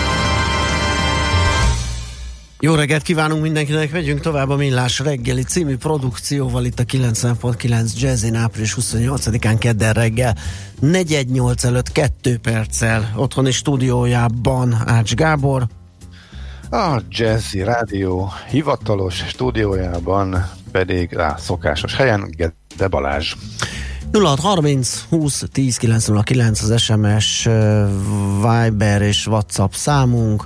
Speaker 4: Jó reggelt kívánunk mindenkinek, megyünk tovább a Millás reggeli című produkcióval itt a kilencven pont kilenc Jazzin április huszonnyolcadikán kedden reggel negyven nyolc előtt kettő perccel otthoni stúdiójában Ács Gábor.
Speaker 5: A Jazzy Rádió hivatalos stúdiójában pedig rá szokásos helyen Gede Balázs.
Speaker 4: nulla hat harminc húsz tíz kilenc nulla kilenc az es em es, Viber és WhatsApp számunk.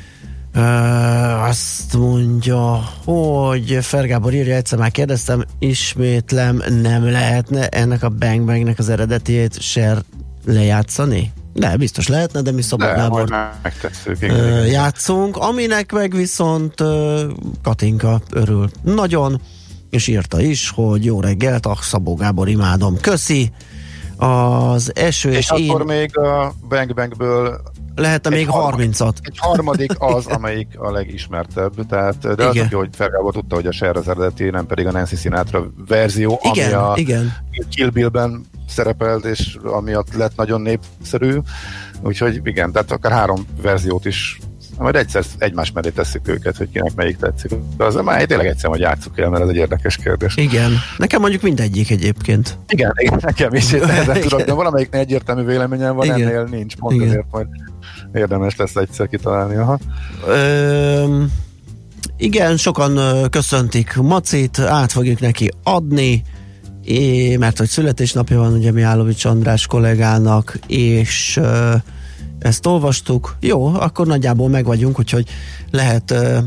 Speaker 4: Uh, azt mondja, hogy Fergábor írja, egyszer már kérdeztem, ismétlem, nem lehetne ennek a Bang Bangnek az eredetiét se lejátszani? De, biztos lehetne, de mi Szabadnából uh, játszunk, aminek meg viszont uh, Katinka örül nagyon, és írta is, hogy jó reggelt, ah, Szabó Gábor, imádom, köszi. Az eső és, és
Speaker 5: én... akkor
Speaker 4: én...
Speaker 5: még a Bang Bangből
Speaker 4: lehetne még harmincat.
Speaker 5: Egy harmadik az, amelyik a legismertebb, tehát, de igen. Az aki, hogy Fergábor tudta, hogy a Cher az eredeti, nem pedig a Nancy Sinatra verzió,
Speaker 4: igen,
Speaker 5: ami a
Speaker 4: igen.
Speaker 5: Kill Bill-ben szerepelt, és amiatt lett nagyon népszerű, úgyhogy igen, tehát akár három verziót is, majd egyszer egymás mellé tesszük őket, hogy kinek melyik tetszik. De az már tényleg egyszer majd játsszuk el, mert ez egy érdekes kérdés.
Speaker 4: Igen, nekem mondjuk mindegyik egyébként.
Speaker 5: Igen, igen nekem is, ezen tudok, de valamelyiknél egyértelmű véleményem van, igen. Ennél nincs, pont igen. Ezért majd érdemes lesz egyszer kitalálni. Aha.
Speaker 4: Ö, igen, sokan köszöntik Macit, át fogjuk neki adni, é, mert hogy születésnapja van ugye Mihálovics András kollégának, és ö, ezt olvastuk. Jó, akkor nagyjából meg vagyunk, úgyhogy lehet ö,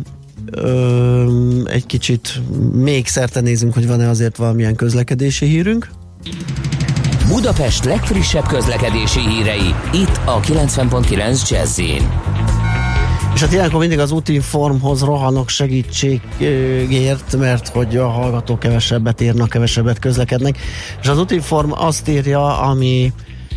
Speaker 4: ö, egy kicsit még szerte nézünk, hogy van-e azért valamilyen közlekedési hírünk.
Speaker 1: Budapest legfrissebb közlekedési hírei, itt a kilencven pont kilenc Jazzin.
Speaker 4: És hát ilyenkor mindig az Útinformhoz rohanok segítségért, mert hogy a hallgatók kevesebbet írnak, kevesebbet közlekednek. És az Útinform azt írja, ami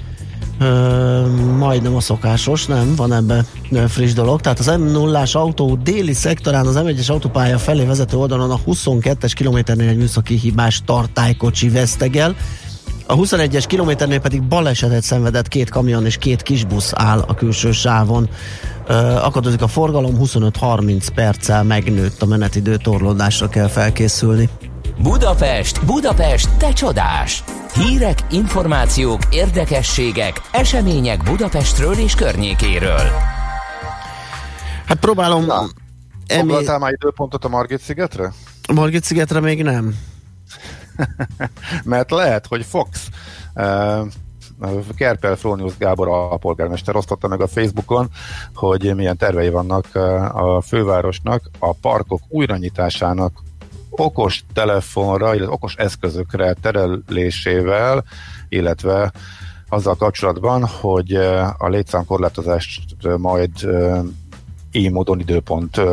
Speaker 4: ö, majdnem a szokásos, nem? Van ebben friss dolog. Tehát az em nullás autó déli szektorán az em egyes autópálya felé vezető oldalon a huszonkettes kilométernél egy műszaki hibás tartálykocsi vesztegel. A huszonegyes kilométernél pedig balesetet szenvedett két kamion és két kisbusz áll a külső sávon. Ö, akadozik a forgalom, huszonöt harminc perccel megnőtt a menetidő, torlódásra kell felkészülni.
Speaker 1: Budapest, Budapest, te csodás! Hírek, információk, érdekességek, események Budapestről és környékéről.
Speaker 4: Hát próbálom...
Speaker 5: Na, foglaltál már időpontot a Margit-szigetre?
Speaker 4: A Margit-szigetre még nem.
Speaker 5: Mert lehet, hogy fogsz. Uh, Kerpel Frónius Gábor alpolgármester osztotta meg a Facebookon, hogy milyen tervei vannak a fővárosnak a parkok újranyitásának okos telefonra, illetve okos eszközökre terelésével, illetve azzal kapcsolatban, hogy a létszámkorlátozást majd így módon időpont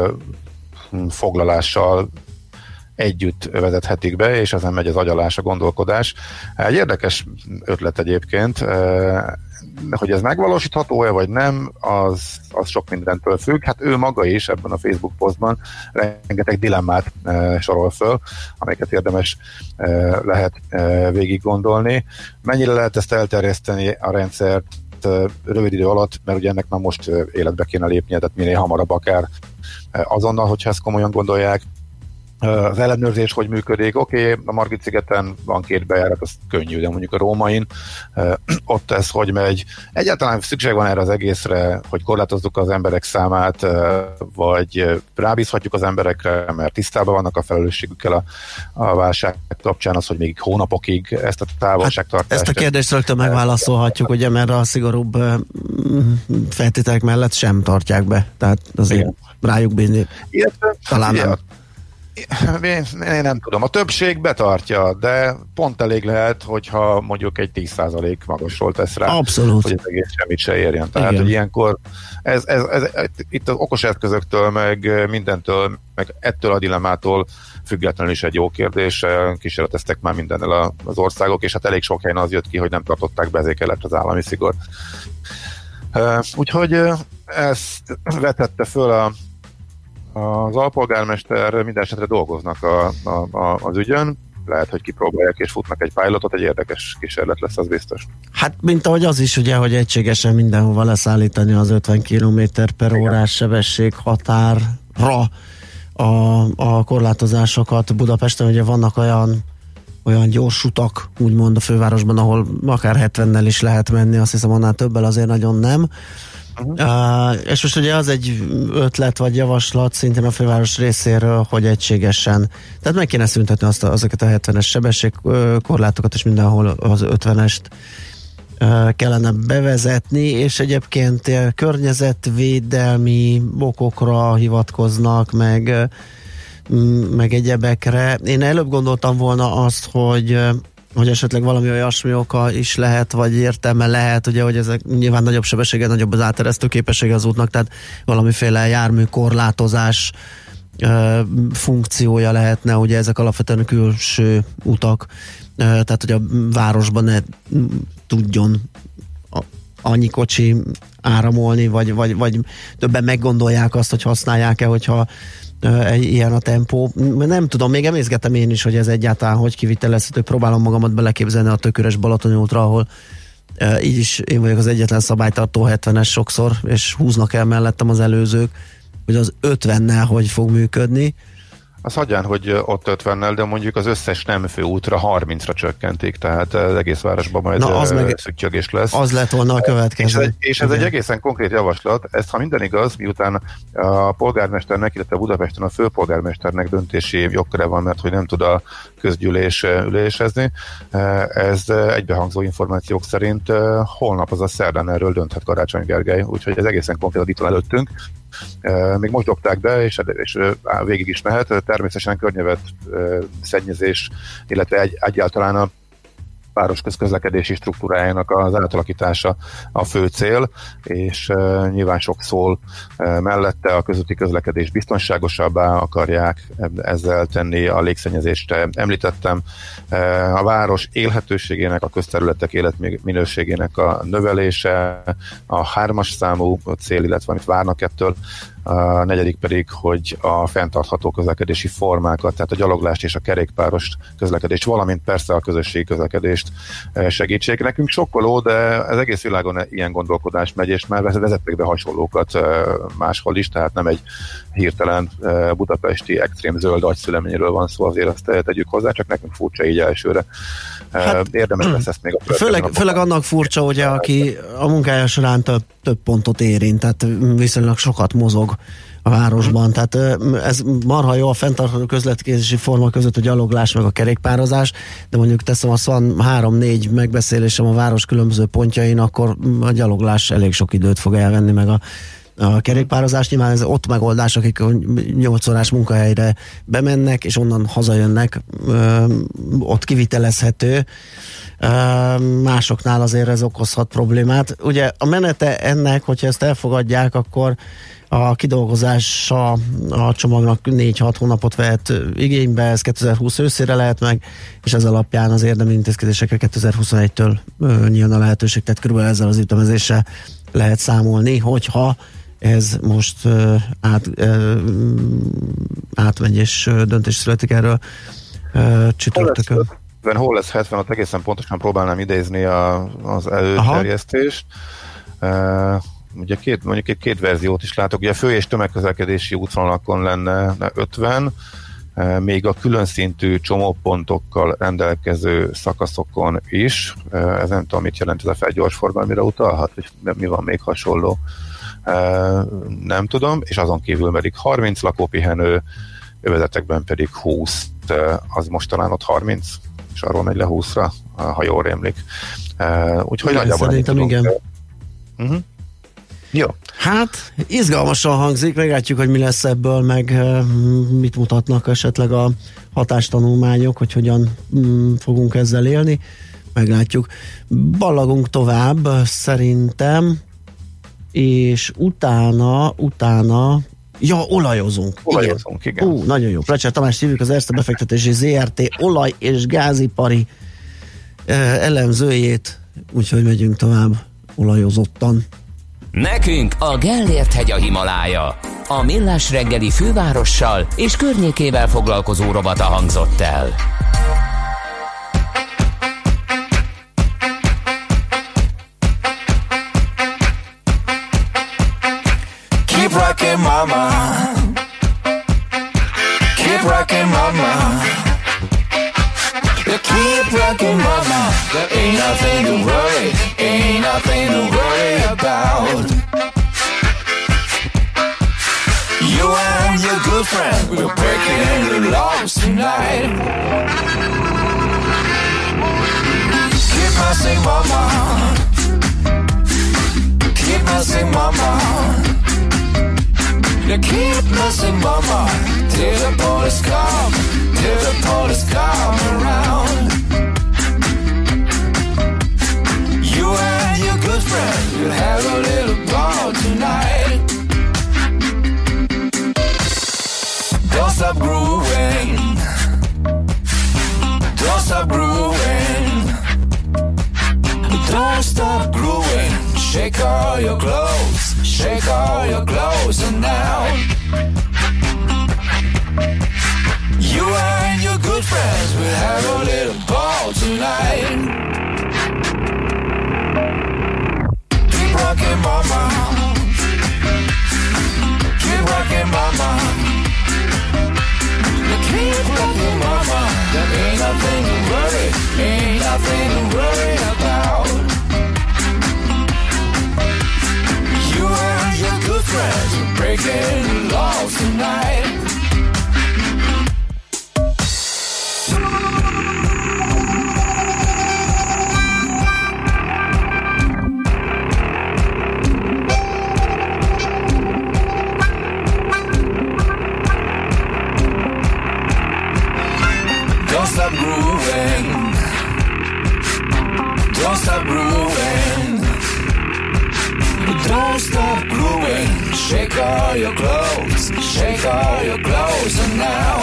Speaker 5: foglalással együtt vezethetik be, és ezen megy az agyalás, a gondolkodás. Egy érdekes ötlet egyébként, hogy ez megvalósítható-e, vagy nem, az, az sok mindentől függ. Hát ő maga is ebben a Facebook posztban rengeteg dilemmát e, sorol föl, amiket érdemes e, lehet e, végig gondolni. Mennyire lehet ezt elterjeszteni a rendszert e, rövid idő alatt, mert ugye ennek már most e, életbe kéne lépnie, tehát minél hamarabb akár e, azonnal, hogyha ezt komolyan gondolják. Az ellenőrzés hogy működik? Oké, okay, a Margit-szigeten van két bejárat, az könnyű, de mondjuk a Rómain, ott ez hogy megy? Egyáltalán szükség van erre az egészre, hogy korlátozzuk az emberek számát, vagy rábízhatjuk az emberekre, mert tisztában vannak a felelősségükkel a, a válság kapcsán, az, hogy még hónapokig ezt a távolságtartást...
Speaker 4: Hát ezt a kérdést rögtön megválaszolhatjuk, ugye, mert a szigorúbb feltételek mellett sem tartják be, tehát azért igen, rájuk bízni.
Speaker 5: Illetve,
Speaker 4: talán nem.
Speaker 5: Én, én nem tudom. A többség betartja, de pont elég lehet, hogyha mondjuk egy tíz százalék magasról tesz rá.
Speaker 4: Abszolút.
Speaker 5: Hogy az egész semmit se érjen. Tehát, igen, hogy ilyenkor ez, ez, ez, ez, itt az okos eszközöktől, meg mindentől, meg ettől a dilemmától függetlenül is egy jó kérdés. Kísérleteztek már mindennel az országok, és hát elég sok helyen az jött ki, hogy nem tartották be, ezért kellett az állami szigor. Úgyhogy ezt vetette föl a az alpolgármester, minden esetre dolgoznak a, a, a, az ügyön, lehet, hogy kipróbálják és futnak egy pilotot, egy érdekes kísérlet lesz, az biztos.
Speaker 4: Hát, mint ahogy az is, ugye, hogy egységesen mindenhova leszállítani az ötven kilométer per órás sebesség határra a, a korlátozásokat. Budapesten ugye vannak olyan olyan gyors utak, úgymond a fővárosban, ahol akár hetvennel is lehet menni, azt hiszem annál többel azért nagyon nem. Uh-huh. Uh, és most ugye az egy ötlet vagy javaslat szintén a főváros részéről, hogy egységesen, tehát meg kéne szüntetni azt a, azokat a hetvenes sebességkorlátokat, és mindenhol az ötvenest uh, kellene bevezetni, és egyébként uh, környezetvédelmi okokra hivatkoznak, meg, uh, meg egyebekre. Én előbb gondoltam volna azt, hogy uh, hogy esetleg valami olyasmi oka is lehet, vagy értelme lehet, ugye, hogy ezek nyilván nagyobb sebessége, nagyobb az áteresztő képessége az útnak, tehát valamiféle jármű korlátozás ö, funkciója lehetne, ugye ezek alapvetően külső utak, ö, tehát hogy a városban ne tudjon a, annyi kocsi áramolni, vagy, vagy, vagy többen meggondolják azt, hogy használják-e, hogyha ilyen a tempó. Nem tudom, még emészgetem én is, hogy ez egyáltalán hogy kivitelezhető. Próbálom magamat beleképzelni a tök üres Balatoni útra, ahol e, így is én vagyok az egyetlen szabálytartó hetvenes sokszor, és húznak el mellettem az előzők, hogy az ötvennel hogy fog működni.
Speaker 5: Az hagyján, hogy ott ötvennel, de mondjuk az összes nem főútra harmincra csökkentik, tehát az egész városban majd
Speaker 4: Na, az meg
Speaker 5: szüttyögés lesz.
Speaker 4: Az lett volna a következő.
Speaker 5: És ez, és ez egy egészen konkrét javaslat. Ezt, ha minden igaz, miután a polgármesternek, illetve Budapesten a főpolgármesternek döntési jogköre van, mert hogy nem tud a közgyűlés ülésezni, ez egybehangzó információk szerint holnap, azaz szerdán erről dönthet Karácsony Gergely, úgyhogy ez egészen konkrét itt van előttünk. Még most dobták be, és, és végig is mehet. Természetesen környezet szennyezés, illetve egy, egyáltalán a város közlekedési struktúrájának az átalakítása a fő cél, és uh, nyilván sok szól uh, mellette a közúti közlekedés biztonságosabbá akarják ezzel tenni, a légszennyezést említettem, uh, a város élhetőségének, a közterületek életminőségének a növelése, a hármas számú cél, illetve amit várnak ettől, a negyedik pedig, hogy a fenntartható közlekedési formákat, tehát a gyaloglást és a kerékpáros közlekedést, valamint persze a közösségi közlekedést segítsék. Nekünk sokkoló, de az egész világon ilyen gondolkodás megy, és már vezettek be hasonlókat máshol is, tehát nem egy hirtelen budapesti extrém zöld agyszüleményről van szó, azért azt tegyük hozzá, csak nekünk furcsa így elsőre. Hát, érdemes lesz ezt még a
Speaker 4: főleg, főleg annak furcsa, ugye, aki a munkája során több, több pontot érint, tehát viszonylag sokat mozog a városban. Tehát ez marha jó a fenntartható közlekedési forma között a gyaloglás meg a kerékpározás, de mondjuk teszem, azt van három-négy megbeszélésem a város különböző pontjain, akkor a gyaloglás elég sok időt fog elvenni, meg a, a kerékpározás. Nyilván ez ott megoldás, akik nyolc órás munkahelyre bemennek, és onnan hazajönnek, ö, ott kivitelezhető. Ö, másoknál azért ez okozhat problémát. Ugye a menete ennek, hogyha ezt elfogadják, akkor a kidolgozása a csomagnak négy-hat hónapot vehet igénybe, ez kétezer-húsz őszére lehet meg, és ez alapján az érdemi intézkedésekre kétezer-huszonegytől nyílna a lehetőség, tehát körülbelül ezzel az ütemezéssel lehet számolni, hogyha ez most uh, át, uh, átmegy és döntés születik erről uh, csütörtökön.
Speaker 5: Hol lesz hetven, ott egészen pontosan próbálnám idézni a, az előterjesztést. Uh, ugye két, mondjuk egy két verziót is látok, ugye a fő- és tömegközlekedési útvonalakon lenne ötven, uh, még a külön szintű csomópontokkal rendelkező szakaszokon is. Uh, ez nem tudom, mit jelent ez a felgyorsforgalmira utalhat, és mi van még hasonló. Uh, nem tudom, és azon kívül pedig harminc lakópihenő, övezetekben pedig húsz, uh, az most talán ott harminc, és arról megy le húszra, uh, ha jól rémlik. Uh, úgyhogy
Speaker 4: igen,
Speaker 5: nagyjából
Speaker 4: szerintem igen.
Speaker 5: Uh-huh. Jó.
Speaker 4: Hát, izgalmasan hangzik, meglátjuk, hogy mi lesz ebből, meg uh, mit mutatnak esetleg a hatástanulmányok, hogy hogyan um, fogunk ezzel élni. Meglátjuk. Ballagunk tovább, szerintem, és utána, utána, ja, olajozunk.
Speaker 5: Olajozunk, igen. igen.
Speaker 4: Ú, nagyon jó. Plecser Tamás hívjuk, az Erste Befektetési zé er té olaj- és gázipari eh, elemzőjét, úgyhogy megyünk tovább olajozottan.
Speaker 1: Nekünk a Gellért-hegy a Himalája. A Millás reggeli fővárossal és környékével foglalkozó rovata hangzott el.
Speaker 11: Keep rocking, mama. Keep rocking, mama. Keep rocking, mama. There ain't nothing to worry, ain't nothing to worry about. You and your good friend, we're breaking the laws tonight. Keep messing, mama. Keep messing, mama. You keep messing, mama, till the police come, till the police come around. You and your good friend will have a little ball tonight. Don't stop grooving, don't stop grooving, don't stop grooving. Shake all your clothes, shake all your clothes and now you and your good friends will have a little ball tonight. Keep rocking, mama. Keep rocking, mama. Keep rocking, mama. There ain't nothing to worry, ain't nothing to worry about. You and your good friends are breaking the laws tonight. Don't stop grooving. Don't stop grooving. Don't stop grooving. Shake all your clothes, shake all your clothes and now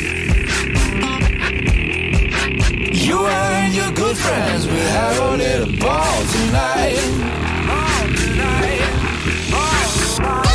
Speaker 11: you and your good friends will have a little ball tonight. Ball tonight. Ball tonight.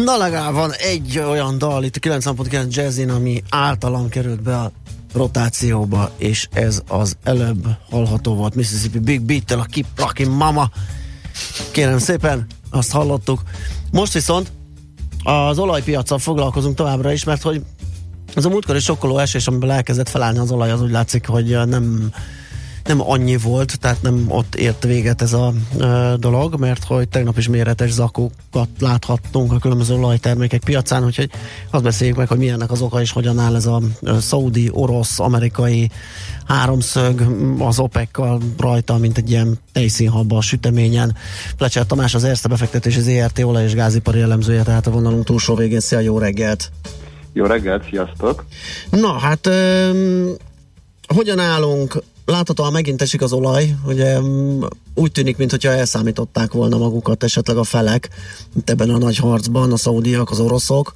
Speaker 4: Na legalább van egy olyan dal itt a kilencven pont kilenc Jazzin, ami általam került be a rotációba, és ez az előbb hallható volt Mississippi Big Beat-tel, a Keep Rockin' Mama. Kérem szépen, azt hallottuk. Most viszont az olajpiacsal foglalkozunk továbbra is, mert hogy ez a múltkori sokkoló esés, amiből elkezdett felállni az olaj, az úgy látszik, hogy nem, nem annyi volt, tehát nem ott ért véget ez a e, dolog, mert hogy tegnap is méretes zakókat láthattunk a különböző olajtermékek piacán, úgyhogy azt beszéljük meg, hogy milyennek az oka és hogyan áll ez a e, szaudi, orosz, amerikai háromszög az OPEC-kal rajta, mint egy ilyen tejszínhabba a süteményen. Plecser Tamás, az Erste befektetés, az é er té olaj- és gázipari elemzője, tehát a vonalunk túlsó végén. Szia, jó reggelt!
Speaker 12: Jó reggelt, sziasztok!
Speaker 4: Na, hát um, hogyan állunk? Láthatóan megint esik az olaj, ugye um, úgy tűnik, mintha elszámították volna magukat esetleg a felek itt ebben a nagy harcban, a szaudiak, az oroszok,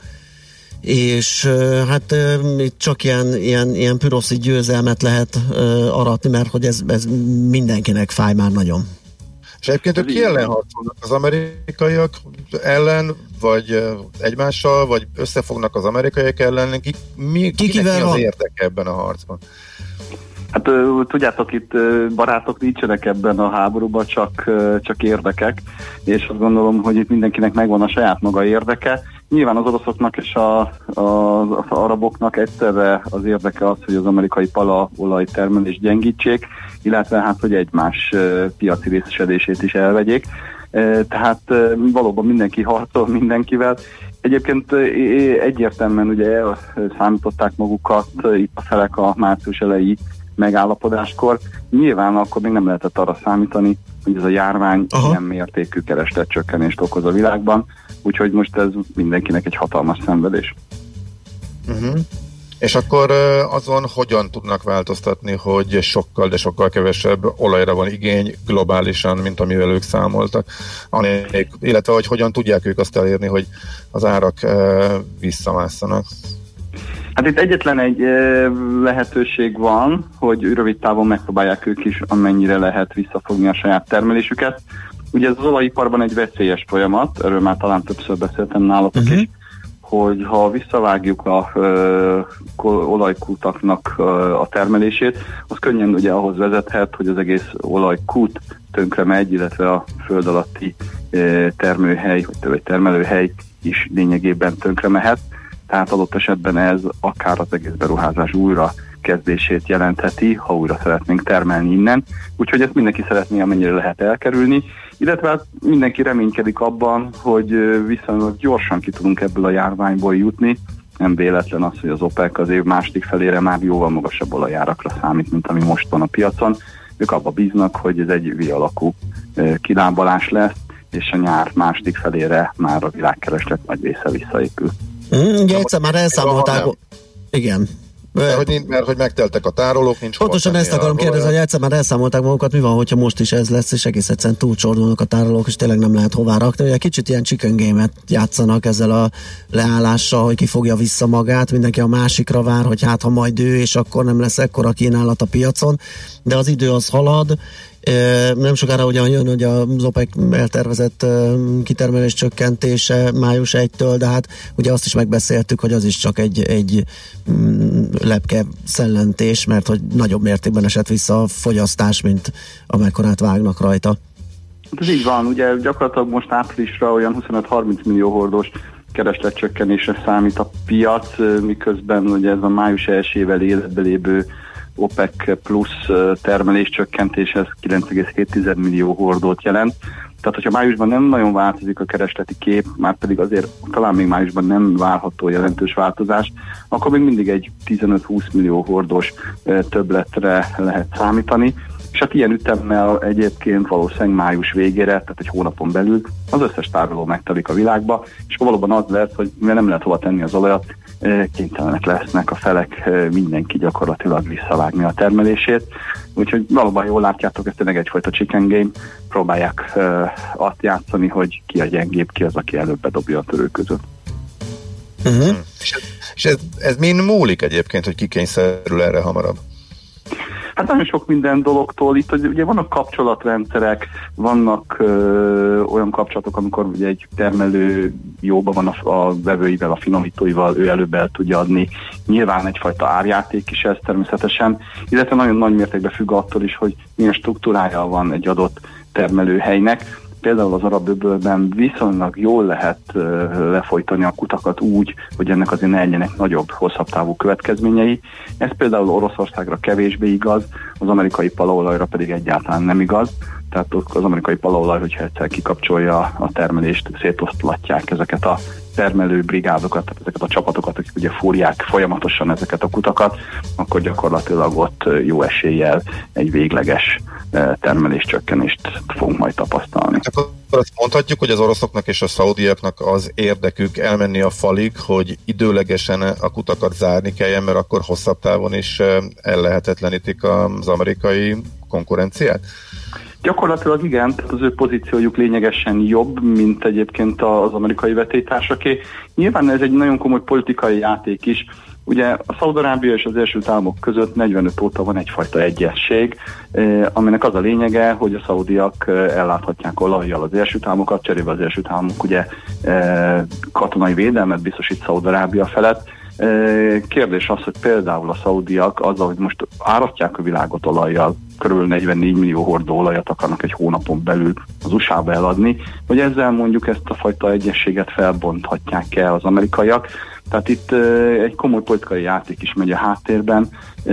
Speaker 4: és uh, hát uh, itt csak ilyen, ilyen, ilyen püroszi győzelmet lehet uh, aratni, mert hogy ez, ez mindenkinek fáj már nagyon.
Speaker 5: És egyébként ők ki ellen harcolnak? Az amerikaiak ellen, vagy egymással, vagy összefognak az amerikaiak ellen? Ki, mi, ki, kinek mi az érdeke ebben a harcban?
Speaker 12: Hát tudjátok, itt barátok nincsenek ebben a háborúban, csak, csak érdekek, és azt gondolom, hogy itt mindenkinek megvan a saját maga érdeke. Nyilván az oroszoknak és a, a, az araboknak egyszerre az érdeke az, hogy az amerikai palaolaj termelést gyengítsék, illetve hát, hogy egymás piaci részesedését is elvegyék. Tehát valóban mindenki harcol mindenkivel. Egyébként egyértelműen ugye számították magukat itt a felek a március elejé megállapodáskor. Nyilván akkor még nem lehetett arra számítani, hogy ez a járvány Aha. ilyen mértékű keresletcsökkenést okoz a világban, úgyhogy most ez mindenkinek egy hatalmas szenvedés.
Speaker 5: Uh-huh. És akkor azon hogyan tudnak változtatni, hogy sokkal, de sokkal kevesebb olajra van igény globálisan, mint amivel ők számoltak, illetve hogy hogyan tudják ők azt elérni, hogy az árak visszamásszanak?
Speaker 12: Hát itt egyetlen egy lehetőség van, hogy rövid távon megpróbálják ők is amennyire lehet visszafogni a saját termelésüket. Ugye ez az olajiparban egy veszélyes folyamat, erről már talán többször beszéltem nálatok uh-huh. is, hogy ha visszavágjuk a ö, olajkútaknak ö, a termelését, az könnyen ugye ahhoz vezethet, hogy az egész olajkút tönkre megy, illetve a föld alatti ö, termőhely, vagy termelőhely is lényegében tönkre mehet. Tehát adott esetben ez akár az egész beruházás újra kezdését jelentheti, ha újra szeretnénk termelni innen. Úgyhogy ezt mindenki szeretné, amennyire lehet elkerülni. Illetve hát mindenki reménykedik abban, hogy viszonylag gyorsan ki tudunk ebből a járványból jutni. Nem véletlen az, hogy az OPEC az év második felére már jóval magasabb olajárakra számít, mint ami most van a piacon. Ők abba bíznak, hogy ez egy V-alakú kilábalás lesz, és a nyár második felére már a világkereslet nagy része visszaépül.
Speaker 4: Mm, ugye egyszer már elszámolták. Igen.
Speaker 5: Mert hogy, mert hogy megteltek a tárolók, nincs.
Speaker 4: Pontosan ezt akarom kérdezni, hogy egyszer már elszámolták magukat, mi van, hogyha most is ez lesz, és egész egyszerűen túlcsordulnak a tárolók, és tényleg nem lehet hová rakni. Ugye kicsit ilyen chicken game-et játszanak ezzel a leállással, hogy ki fogja vissza magát, mindenki a másikra vár, hogy hát ha majd ő, és akkor nem lesz ekkora kínálat a piacon, de az idő az halad. Nem sokára ugyan jön, hogy az OPEC eltervezett kitermelés csökkentése május elsejétől, de hát ugye azt is megbeszéltük, hogy az is csak egy, egy lepke szellentés, mert hogy nagyobb mértékben esett vissza a fogyasztás, mint amekkorát vágnak rajta.
Speaker 12: Ez így van, ugye gyakorlatilag most áprilisra olyan huszonöt-harminc millió hordós keresletcsökkenésre számít a piac, miközben ugye ez a május elsejével életbe lévő OPEC plusz termeléscsökkentéshez kilenc egész hét millió hordót jelent. Tehát, hogyha májusban nem nagyon változik a keresleti kép, már pedig azért talán még májusban nem várható jelentős változás, akkor még mindig egy tizenöt-húsz millió hordós többletre lehet számítani. És hát ilyen ütemmel egyébként valószínűleg május végére, tehát egy hónapon belül az összes tároló megtelik a világba, és valóban az lesz, hogy mivel nem lehet hova tenni az olajat, kénytelenek lesznek a felek, mindenki gyakorlatilag visszavágni a termelését. Úgyhogy valóban jól látjátok, ez tényleg egyfajta chicken game, próbálják uh, azt játszani, hogy ki a gyengébb, ki az, aki előbb bedobja a törő között.
Speaker 5: Uh-huh. És, ez, és ez, ez mind múlik egyébként, hogy ki kényszerül erre hamarabb?
Speaker 12: Hát nagyon sok minden dologtól, itt ugye vannak kapcsolatrendszerek, vannak ö, olyan kapcsolatok, amikor ugye egy termelő jóban van a, a vevőivel, a finomítóival, ő előbb el tudja adni. Nyilván egyfajta árjáték is ez természetesen, illetve nagyon nagy mértékben függ attól is, hogy milyen struktúrája van egy adott termelőhelynek. Például az Arab-öbölben viszonylag jól lehet uh, lefolytani a kutakat úgy, hogy ennek azért ne legyenek nagyobb, hosszabb távú következményei. Ez például Oroszországra kevésbé igaz, az amerikai palaolajra pedig egyáltalán nem igaz. Tehát az amerikai palaolaj, hogyha egyszer kikapcsolja a termelést, szétoszlatják ezeket a termelő brigádokat, tehát ezeket a csapatokat, akik ugye fúrják folyamatosan ezeket a kutakat, akkor gyakorlatilag ott jó eséllyel egy végleges termeléscsökkenést fogunk majd tapasztalni.
Speaker 5: Akkor azt mondhatjuk, hogy az oroszoknak és a szaudiaknak az érdekük elmenni a falig, hogy időlegesen a kutakat zárni kelljen, mert akkor hosszabb távon is ellehetetlenítik az amerikai konkurenciát?
Speaker 12: Gyakorlatilag igen, tehát az ő pozíciójuk lényegesen jobb, mint egyébként az amerikai vetélytársaké. Nyilván ez egy nagyon komoly politikai játék is. Ugye a Szaúd-Arábia és az Egyesült Államok között negyvenöt óta van egyfajta egyezség, aminek az a lényege, hogy a szaudiak elláthatják olajjal az Egyesült Államokat, cserébe az Egyesült Államok ugye katonai védelmet biztosít Szaúd-Arábia felett. Kérdés az, hogy például a szaudiak azzal, hogy most árasztják a világot olajjal, körülbelül negyvennégy millió hordó olajat akarnak egy hónapon belül az u es á-ba eladni, hogy ezzel mondjuk ezt a fajta egyezséget felbonthatják el az amerikaiak. Tehát itt egy komoly politikai játék is megy a háttérben,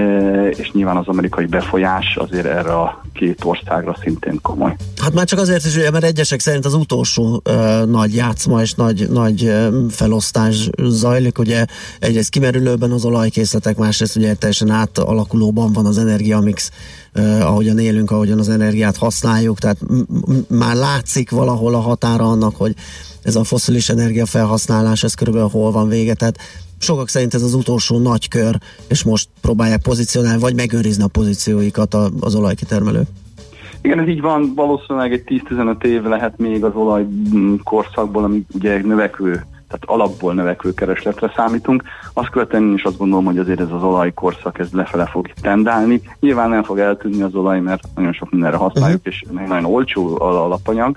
Speaker 12: és nyilván az amerikai befolyás azért erre a két országra szintén komoly.
Speaker 4: Hát már csak azért is, mert egyesek szerint az utolsó uh, nagy játszma és nagy, nagy uh, felosztás zajlik, ugye egyrészt kimerülőben az olajkészletek, másrészt ugye teljesen átalakulóban van az energiamix, uh, ahogyan élünk, ahogyan az energiát használjuk, tehát m- m- már látszik valahol a határa annak, hogy ez a fosszilis energia felhasználás, ez körülbelül hol van vége, tehát sokak szerint ez az utolsó nagy kör, és most próbálják pozícionálni, vagy megőrizni a pozícióikat az olajkitermelők.
Speaker 12: Igen, ez így van, valószínűleg egy tíz-tizenöt év lehet még az olajkorszakból, amíg ugye növekvő, tehát alapból növekvő keresletre számítunk. Azt követően én is azt gondolom, hogy azért ez az olajkorszak ez lefele fog tendálni. Nyilván nem fog eltűnni az olaj, mert nagyon sok mindenre használjuk, uh-huh. és nagyon olcsó alapanyag,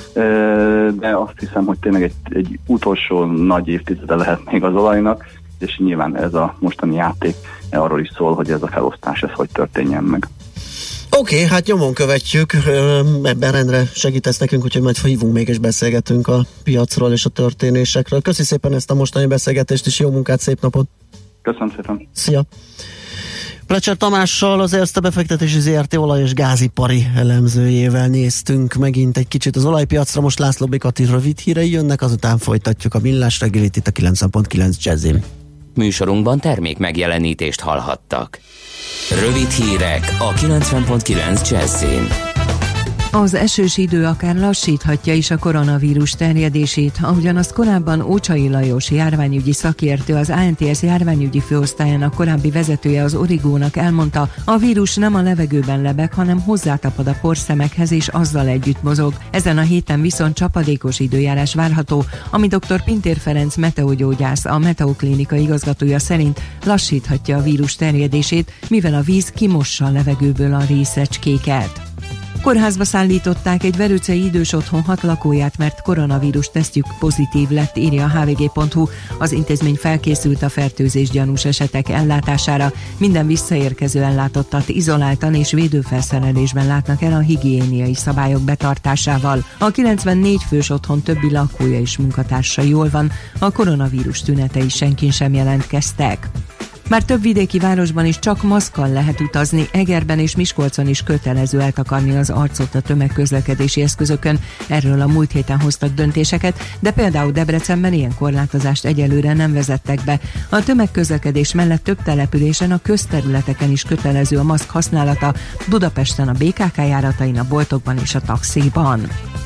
Speaker 12: de azt hiszem, hogy tényleg egy, egy utolsó nagy évtizede lehet még az olajnak, és nyilván ez a mostani játék arról is szól, hogy ez a felosztás, ez hogy történjen meg.
Speaker 4: Oké, okay, hát nyomon követjük, ebben rendre segítesz nekünk, úgyhogy majd hívunk még és beszélgetünk a piacról és a történésekről. Köszi szépen ezt a mostani beszélgetést, és jó munkát, szép napot!
Speaker 12: Köszönöm szépen!
Speaker 4: Szia! Plecser Tamással, az Erste Befektetési zé er té olaj- és gázipari elemzőjével néztünk megint egy kicsit az olajpiacra. Most László Békati rövid hírei jönnek, azután folytatjuk a Millás reggelit itt a kilencven pont kilenc Jazzin.
Speaker 1: Műsorunkban termék megjelenítést hallhattak. Rövid hírek a kilencven pont kilenc Jazzin.
Speaker 7: Az esős idő akár lassíthatja is a koronavírus terjedését, ahogyan azt korábban Ócsai Lajos járványügyi szakértő, az á en té es járványügyi főosztályának korábbi vezetője az Origónak elmondta, a vírus nem a levegőben lebeg, hanem hozzátapad a porszemekhez és azzal együtt mozog. Ezen a héten viszont csapadékos időjárás várható, ami dr. Pintér Ferenc meteogyógyász, a Meteoklinika igazgatója szerint lassíthatja a vírus terjedését, mivel a víz kimossa a levegőből a részecskéket. Kórházba szállították egy verőcei idős otthon hat lakóját, mert koronavírus tesztjük pozitív lett, írja a há vé gé pont hú. Az intézmény felkészült a fertőzés gyanús esetek ellátására. Minden visszaérkező ellátottat izoláltan és védőfelszerelésben látnak el a higiéniai szabályok betartásával. A kilencvennégy fős otthon többi lakója és munkatársa jól van, a koronavírus tünetei senkin sem jelentkeztek. Már több vidéki városban is csak maszkkal lehet utazni, Egerben és Miskolcon is kötelező eltakarni az arcot a tömegközlekedési eszközökön. Erről a múlt héten hoztak döntéseket, de például Debrecenben ilyen korlátozást egyelőre nem vezettek be. A tömegközlekedés mellett több településen, a közterületeken is kötelező a maszk használata, Budapesten a bé ká ká járatain, a boltokban és a taxiban.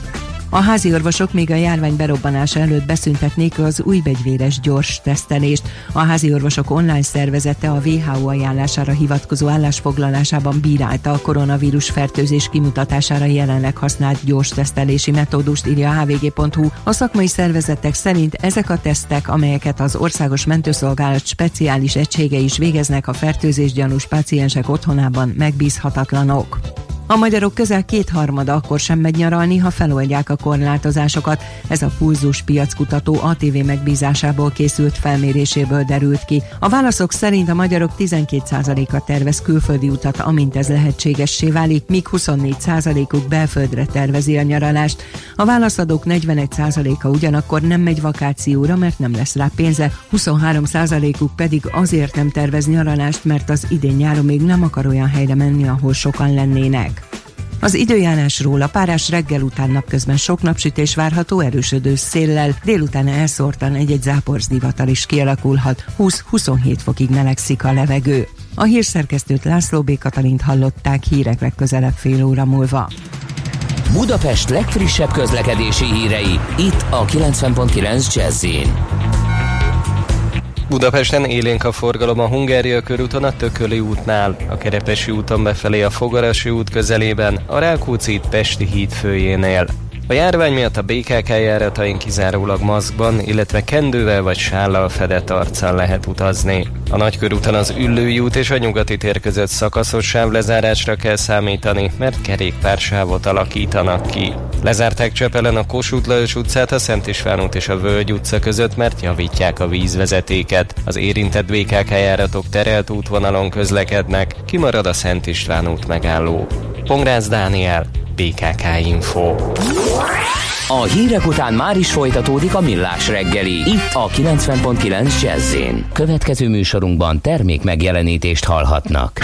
Speaker 7: A háziorvosok még a járvány berobbanása előtt beszüntetnék az újbegyvéres gyors tesztelést. A háziorvosok online szervezete a dupla vé há ó ajánlására hivatkozó állásfoglalásában bírálta a koronavírus fertőzés kimutatására jelenleg használt gyors tesztelési metódust, írja a há vé gé pont hú. A szakmai szervezetek szerint ezek a tesztek, amelyeket az Országos Mentőszolgálat speciális egységei is végeznek a fertőzésgyanús páciensek otthonában, megbízhatatlanok. A magyarok közel kétharmada akkor sem megy nyaralni, ha feloldják a korlátozásokat. Ez a Pulzus piackutató á té vé megbízásából készült felméréséből derült ki. A válaszok szerint a magyarok tizenkét százaléka tervez külföldi utat, amint ez lehetségessé válik, míg huszonnégy százalékuk belföldre tervezi a nyaralást. A válaszadók negyvenegy százaléka ugyanakkor nem megy vakációra, mert nem lesz rá pénze, huszonhárom százalékuk pedig azért nem tervez nyaralást, mert az idén nyáron még nem akar olyan helyre menni, ahol sokan lennének. Az időjárásról: a párás reggel után napközben sok napsütés várható erősödő széllel, délután elszórtan egy-egy záporszdivatar is kialakulhat, húsz-huszonhét fokig melegszik a levegő. A hírszerkesztőt, László B. Katalint hallották, hírek legközelebb fél óra múlva.
Speaker 1: Budapest legfrissebb közlekedési hírei, itt a kilencven pont kilenc Jazz-in.
Speaker 13: Budapesten élénk a forgalom a Hungária körúton a Tököli útnál, a Kerepesi úton befelé a Fogarasi út közelében, a Rákóczi Pesti híd főjénél. A járvány miatt a bé ká ká járatain kizárólag maszkban, illetve kendővel vagy sállal fedett arccal lehet utazni. A Nagykörúton az Üllői út és a Nyugati tér között szakaszos sávlezárásra kell számítani, mert kerékpársávot alakítanak ki. Lezárták Csepelen a Kossuth Lajos utcát, a Szent István út és a Völgy utca között, mert javítják a vízvezetéket. Az érintett bé ká ká járatok terelt útvonalon közlekednek, kimarad a Szent István út megálló. Pongrácz Dániel, bé ká ká Info.
Speaker 1: A hírek után már is folytatódik a Millás reggeli, itt a kilencven pont kilenc Jazz-in. Következő műsorunkban termék megjelenítést hallhatnak.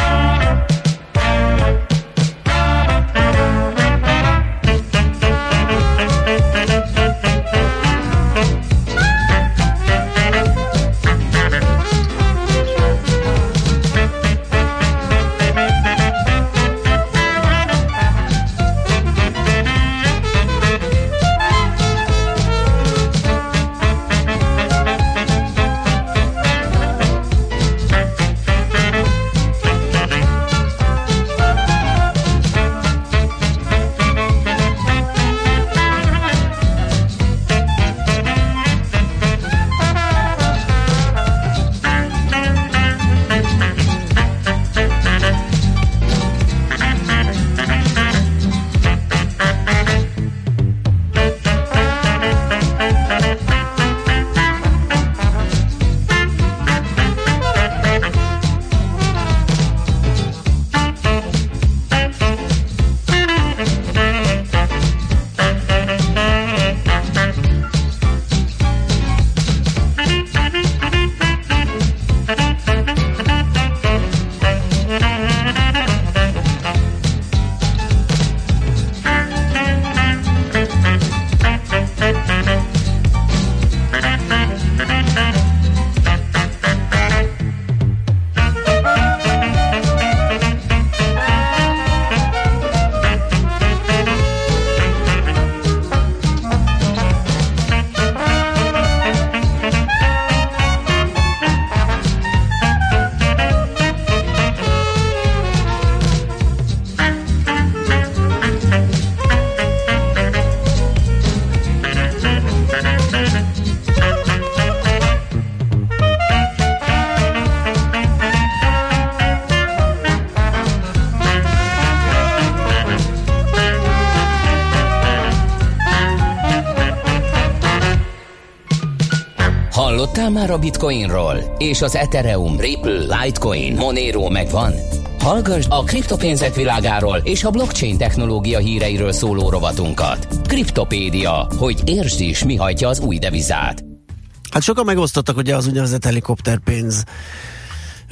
Speaker 1: Hallottál már a Bitcoinról? És az Ethereum, Ripple, Litecoin, Monero megvan? Hallgassd a kriptopénzek világáról és a blockchain technológia híreiről szóló rovatunkat. Kriptopédia, hogy értsd is, mi hajtja az új devizát.
Speaker 4: Hát sokan megosztottak ugye az úgynevezett helikopterpénz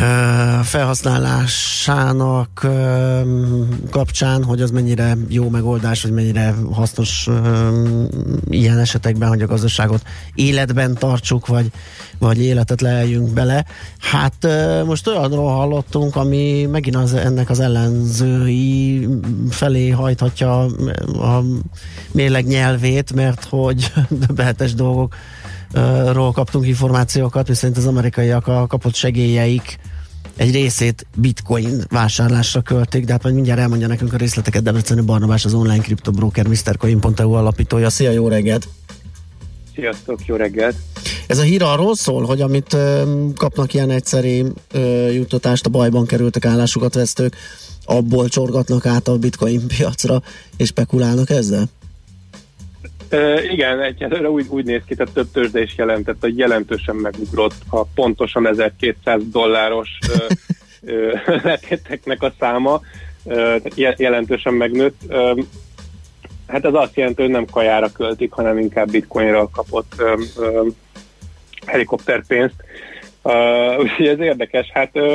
Speaker 4: felhasználásának kapcsán, hogy az mennyire jó megoldás, vagy mennyire hasznos ilyen esetekben, hogy a gazdaságot életben tartsuk, vagy, vagy életet leeljünk bele. Hát most olyanról hallottunk, ami megint az, ennek az ellenzői felé hajthatja a mérleg nyelvét, mert hogy döbbenetes dolgok ról kaptunk információkat, viszont az amerikaiak a kapott segélyeik egy részét bitcoin vásárlásra költik, de hát majd mindjárt elmondja nekünk a részleteket Debreceni Barnabás, az online kriptobroker, miszter coin pont e u alapítója. Szia, jó reggelt!
Speaker 14: Sziasztok, jó reggelt!
Speaker 4: Ez a hír arról szól, hogy amit ö, kapnak ilyen egyszeri ö, juttatást, a bajban kerültek, állásukat vesztők, abból csorgatnak át a bitcoin piacra, és spekulálnak ezzel?
Speaker 14: Uh, igen, egyelőre úgy, úgy néz ki, tehát több tőzsde is jelentett, hogy jelentősen megugrott a pontosan ezerkétszáz dolláros uh, uh, letéteknek a száma, uh, jelentősen megnőtt. Uh, hát ez azt jelenti, hogy nem kajára költik, hanem inkább bitcoinra kapott uh, uh, helikopterpénzt. Uh, úgyhogy ez érdekes. Hát uh,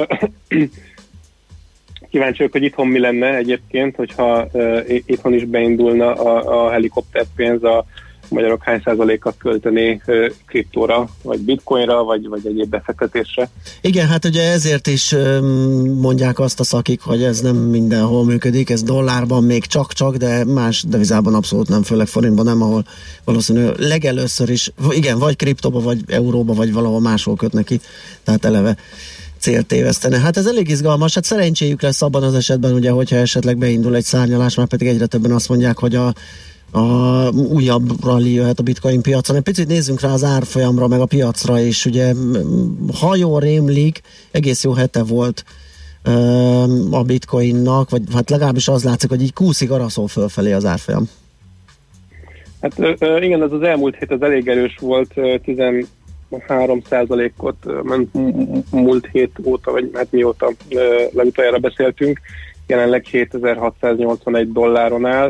Speaker 14: kíváncsi vagyok, hogy itthon mi lenne egyébként, hogyha uh, itthon is beindulna a, a helikopterpénz, a magyarok hány százalékat költené uh, kriptóra, vagy bitcoinra, vagy, vagy egyéb befektetésre.
Speaker 4: Igen, hát ugye ezért is um, mondják azt a szakik, hogy ez nem mindenhol működik, ez dollárban még csak-csak, de más devizában abszolút nem, főleg forintban nem, ahol valószínű legelőször is, igen, vagy kriptóba, vagy euróba, vagy valahol máshol kötnek ki, tehát eleve célt tévesztene. Hát ez elég izgalmas, hát szerencséjük lesz abban az esetben, ugye, hogyha esetleg beindul egy szárnyalás, már pedig egyre többen azt mondják, hogy a, a újabb rally jöhet a bitcoin piacon. Egy picit nézzünk rá az árfolyamra, meg a piacra is, ugye, ha jól rémlik, egész jó hete volt uh, a bitcoinnak, vagy hát legalábbis az látszik, hogy így kúszik, araszol fölfelé az árfolyam.
Speaker 14: Hát uh, igen, ez az elmúlt hét az elég erős volt, uh, tizenhárom százalékot ment múlt hét óta, vagy hát mióta legutoljára beszéltünk, jelenleg hétezer-hatszáznyolcvanegy dolláron áll.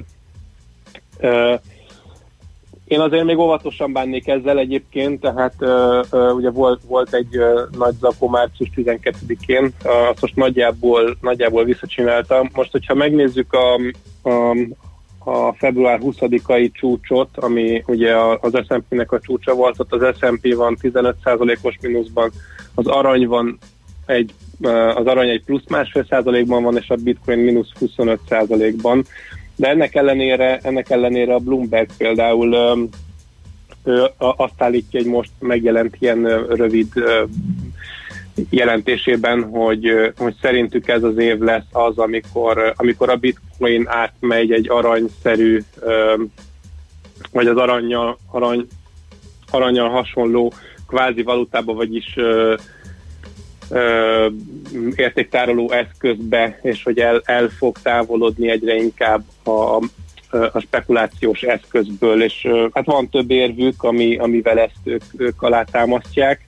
Speaker 14: Én azért még óvatosan bánnék ezzel egyébként, tehát ugye volt, volt egy nagy zakó március tizenkettedikén, azt most nagyjából, nagyjából visszacsináltam. Most, hogyha megnézzük a, a a február huszadikai csúcsot, ami ugye az es and pé-nek a csúcsa volt, ott az es and pé van tizenöt százalékos mínuszban, az arany van egy, az arany egy plusz másfél százalékban van, és a bitcoin mínusz huszonöt százalékban. De ennek ellenére, ennek ellenére a Bloomberg például ö, azt állítja, hogy most megjelent ilyen rövid ö, jelentésében, hogy, hogy szerintük ez az év lesz az, amikor, amikor a bitcoin átmegy egy aranyszerű, vagy az arannyal, arany, arannyal hasonló kvázi valutába, vagyis ö, ö, értéktároló eszközbe, és hogy el, el fog távolodni egyre inkább a, a spekulációs eszközből, és hát van több érvük, ami, amivel ezt ők, ők alátámasztják.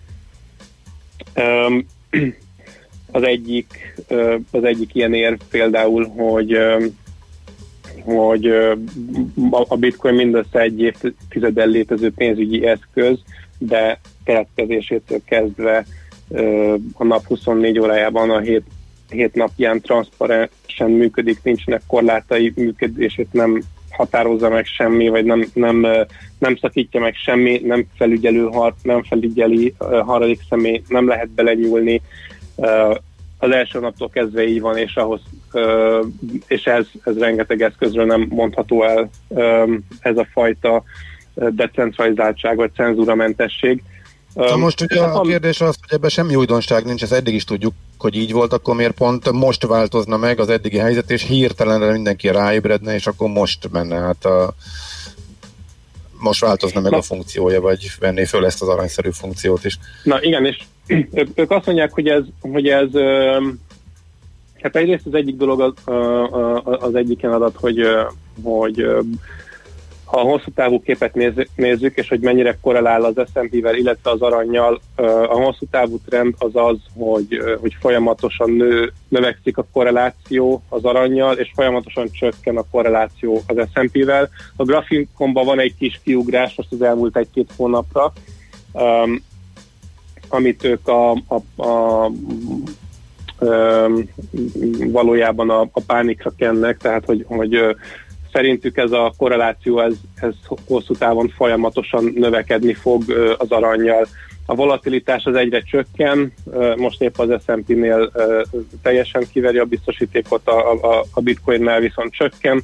Speaker 14: Az egyik, az egyik ilyen érv például, hogy, hogy a bitcoin mindössze egy évtizeddel létező pénzügyi eszköz, de keletkezésétől kezdve a nap huszonnégy órájában a hét, hét napján transzparensen működik, nincsenek korlátai, működését nem határozza meg semmi, vagy nem, nem, nem szakítja meg semmi, nem felügyelő, nem felügyeli harmadik személy, nem lehet belenyúlni. Az első naptól kezdve így van, és ahhoz, és ez, ez rengeteg eszközről nem mondható el ez a fajta decentralizáltság, vagy cenzúramentesség.
Speaker 5: Na most ugye a kérdés az, hogy ebben semmi újdonság nincs, ezt eddig is tudjuk, hogy így volt, akkor miért pont most változna meg az eddigi helyzet, és hirtelenre mindenki ráébredne, és akkor most menne, hát a, most változna meg Na. a funkciója, vagy venné föl ezt az aranyszerű funkciót is.
Speaker 14: Na igen, és ők, ők azt mondják, hogy ez, hogy ez hát egyrészt az egyik dolog az, az egyik ilyen adat, hogy, hogy ha a hosszú távú képet nézzük, és hogy mennyire korrelál az es and pé-vel, illetve az arannyal, a hosszú távú trend az az, hogy, hogy folyamatosan nő, növekszik a korreláció az arannyal, és folyamatosan csökken a korreláció az es and pé-vel. A grafikonban van egy kis kiugrás most az elmúlt egy-két hónapra, um, amit ők a, a, a valójában a, a pánikra kennek, tehát hogy, hogy szerintük ez a korreláció ez, ez hosszú távon folyamatosan növekedni fog az arannyal. A volatilitás az egyre csökken, most épp az es and pé-nél teljesen kiveri a biztosítékot, a, a, a bitcoinnál viszont csökken.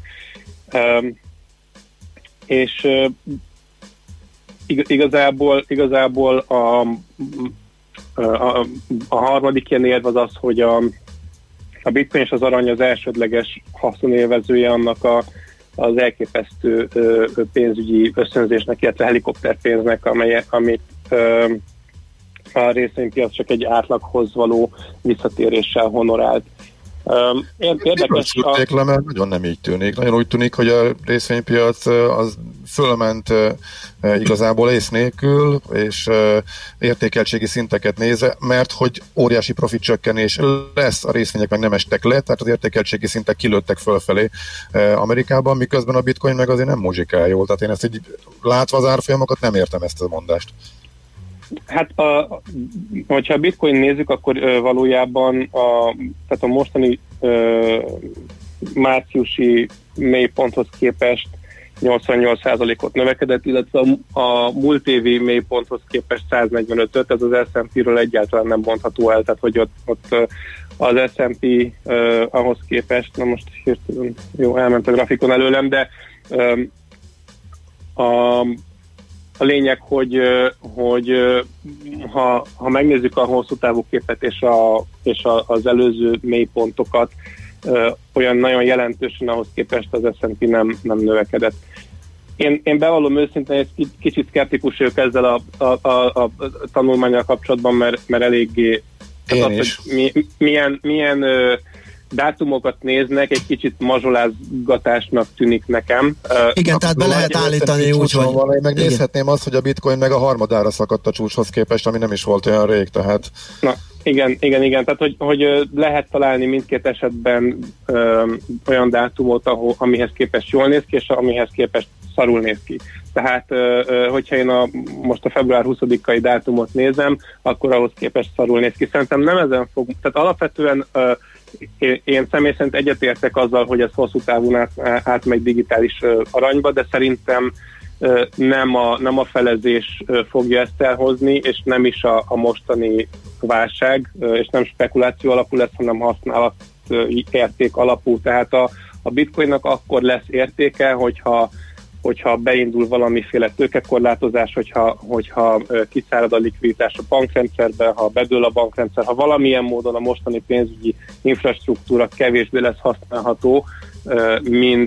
Speaker 14: És igazából, igazából a, a, a harmadik ilyen érv az az, hogy a, a bitcoin és az arany az elsődleges haszonélvezője annak a, az elképesztő pénzügyi ösztönzésnek, illetve helikopterpénznek, amely, amit a részvénypiac csak egy átlaghoz való visszatéréssel honorált. Um, érdekes
Speaker 5: a... le, mert nagyon nem így tűnik. Nagyon úgy tűnik, hogy a részvénypiac az fölment uh, igazából ész nélkül, és uh, értékeltségi szinteket nézve, mert hogy óriási profit csökkenés lesz, a részvények meg nem estek le, tehát az értékeltségi szintek kilőttek fölfelé uh, Amerikában, miközben a bitcoin meg azért nem muzsikál jól. Tehát én ezt így látva az árfolyamokat nem értem ezt a mondást.
Speaker 14: Hát, a, hogyha a bitcoin nézzük, akkor ö, valójában a, tehát a mostani ö, márciusi mélyponthoz képest nyolcvannyolc százalékot növekedett, illetve a, a múlt évi mélyponthoz képest száznegyvenötöt, ez az es and pé-ről egyáltalán nem bontható el, tehát hogy ott, ott az es and pé ö, ahhoz képest, na most hirtelen, jó, elment a grafikon előlem, de ö, a A lényeg, hogy, hogy ha, ha megnézzük a hosszú távú képet és, a, és a, az előző mélypontokat, olyan nagyon jelentősen ahhoz képest az es and pé nem, nem növekedett. Én, én bevallom őszintén, egy kicsit szkeptikus vagyok ezzel a, a, a, a tanulmánnyal kapcsolatban, mert, mert eléggé az, hogy mi, milyen, milyen dátumokat néznek, egy kicsit mazsolázgatásnak tűnik nekem.
Speaker 4: Igen, uh, tehát be lehet állítani úgy, hogy...
Speaker 5: Megnézhetném azt, hogy a bitcoin meg a harmadára szakadt a csúcshoz képest, ami nem is volt olyan rég, tehát...
Speaker 14: Na, igen, igen, igen, tehát hogy, hogy lehet találni mindkét esetben ö, olyan dátumot, ahol, amihez képest jól néz ki, és amihez képest szarul néz ki. Tehát, ö, ö, hogyha én a, most a február huszadikai dátumot nézem, akkor ahhoz képest szarul néz ki. Szerintem nem ezen fog... Tehát alapvetően ö, Én, én személy szerint egyetértek azzal, hogy ez hosszú távon át, átmegy digitális uh, aranyba, de szerintem uh, nem, a, nem a felezés uh, fogja ezt elhozni, és nem is a, a mostani válság, uh, és nem spekuláció alapú lesz, hanem használat uh, érték alapú. Tehát a, a bitcoinnak akkor lesz értéke, hogyha hogyha beindul valamiféle tőkekorlátozás, hogyha, hogyha kiszárad a likviditás a bankrendszerben, ha bedől a bankrendszer, ha valamilyen módon a mostani pénzügyi infrastruktúra kevésbé lesz használható, mint,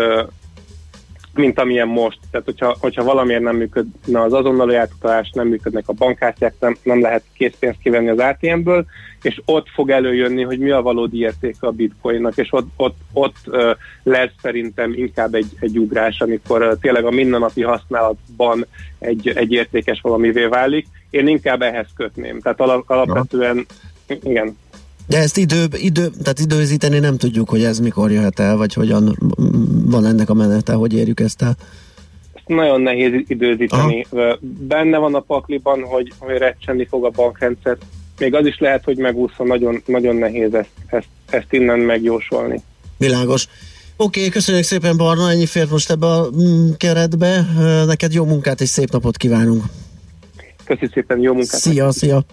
Speaker 14: mint amilyen most. Tehát, hogyha, hogyha valamiért nem működne az azonnali átutalás, nem működnek a bankkártyák, nem, nem lehet készpénzt kivenni az á té em-ből, és ott fog előjönni, hogy mi a valódi értéke a bitcoinnak, és ott, ott, ott uh, lesz szerintem inkább egy, egy ugrás, amikor uh, tényleg a mindennapi használatban egy, egy értékes valamivé válik. Én inkább ehhez kötném. Tehát alap, alapvetően, ja. igen.
Speaker 4: De ezt idő, idő, tehát időzíteni nem tudjuk, hogy ez mikor jöhet el, vagy hogyan van ennek a menete, hogy érjük ezt el.
Speaker 14: Ezt nagyon nehéz időzíteni. Aha. Benne van a pakliban, hogy, hogy recsenni fog a bankrendszer. Még az is lehet, hogy megúszva, nagyon, nagyon nehéz ezt, ezt, ezt innen megjósolni.
Speaker 4: Világos. Oké, okay, köszönjük szépen, Barna, ennyi fért most ebbe a keretbe. Neked jó munkát és szép napot kívánunk.
Speaker 14: Köszönjük szépen, jó munkát.
Speaker 4: Szia, szia.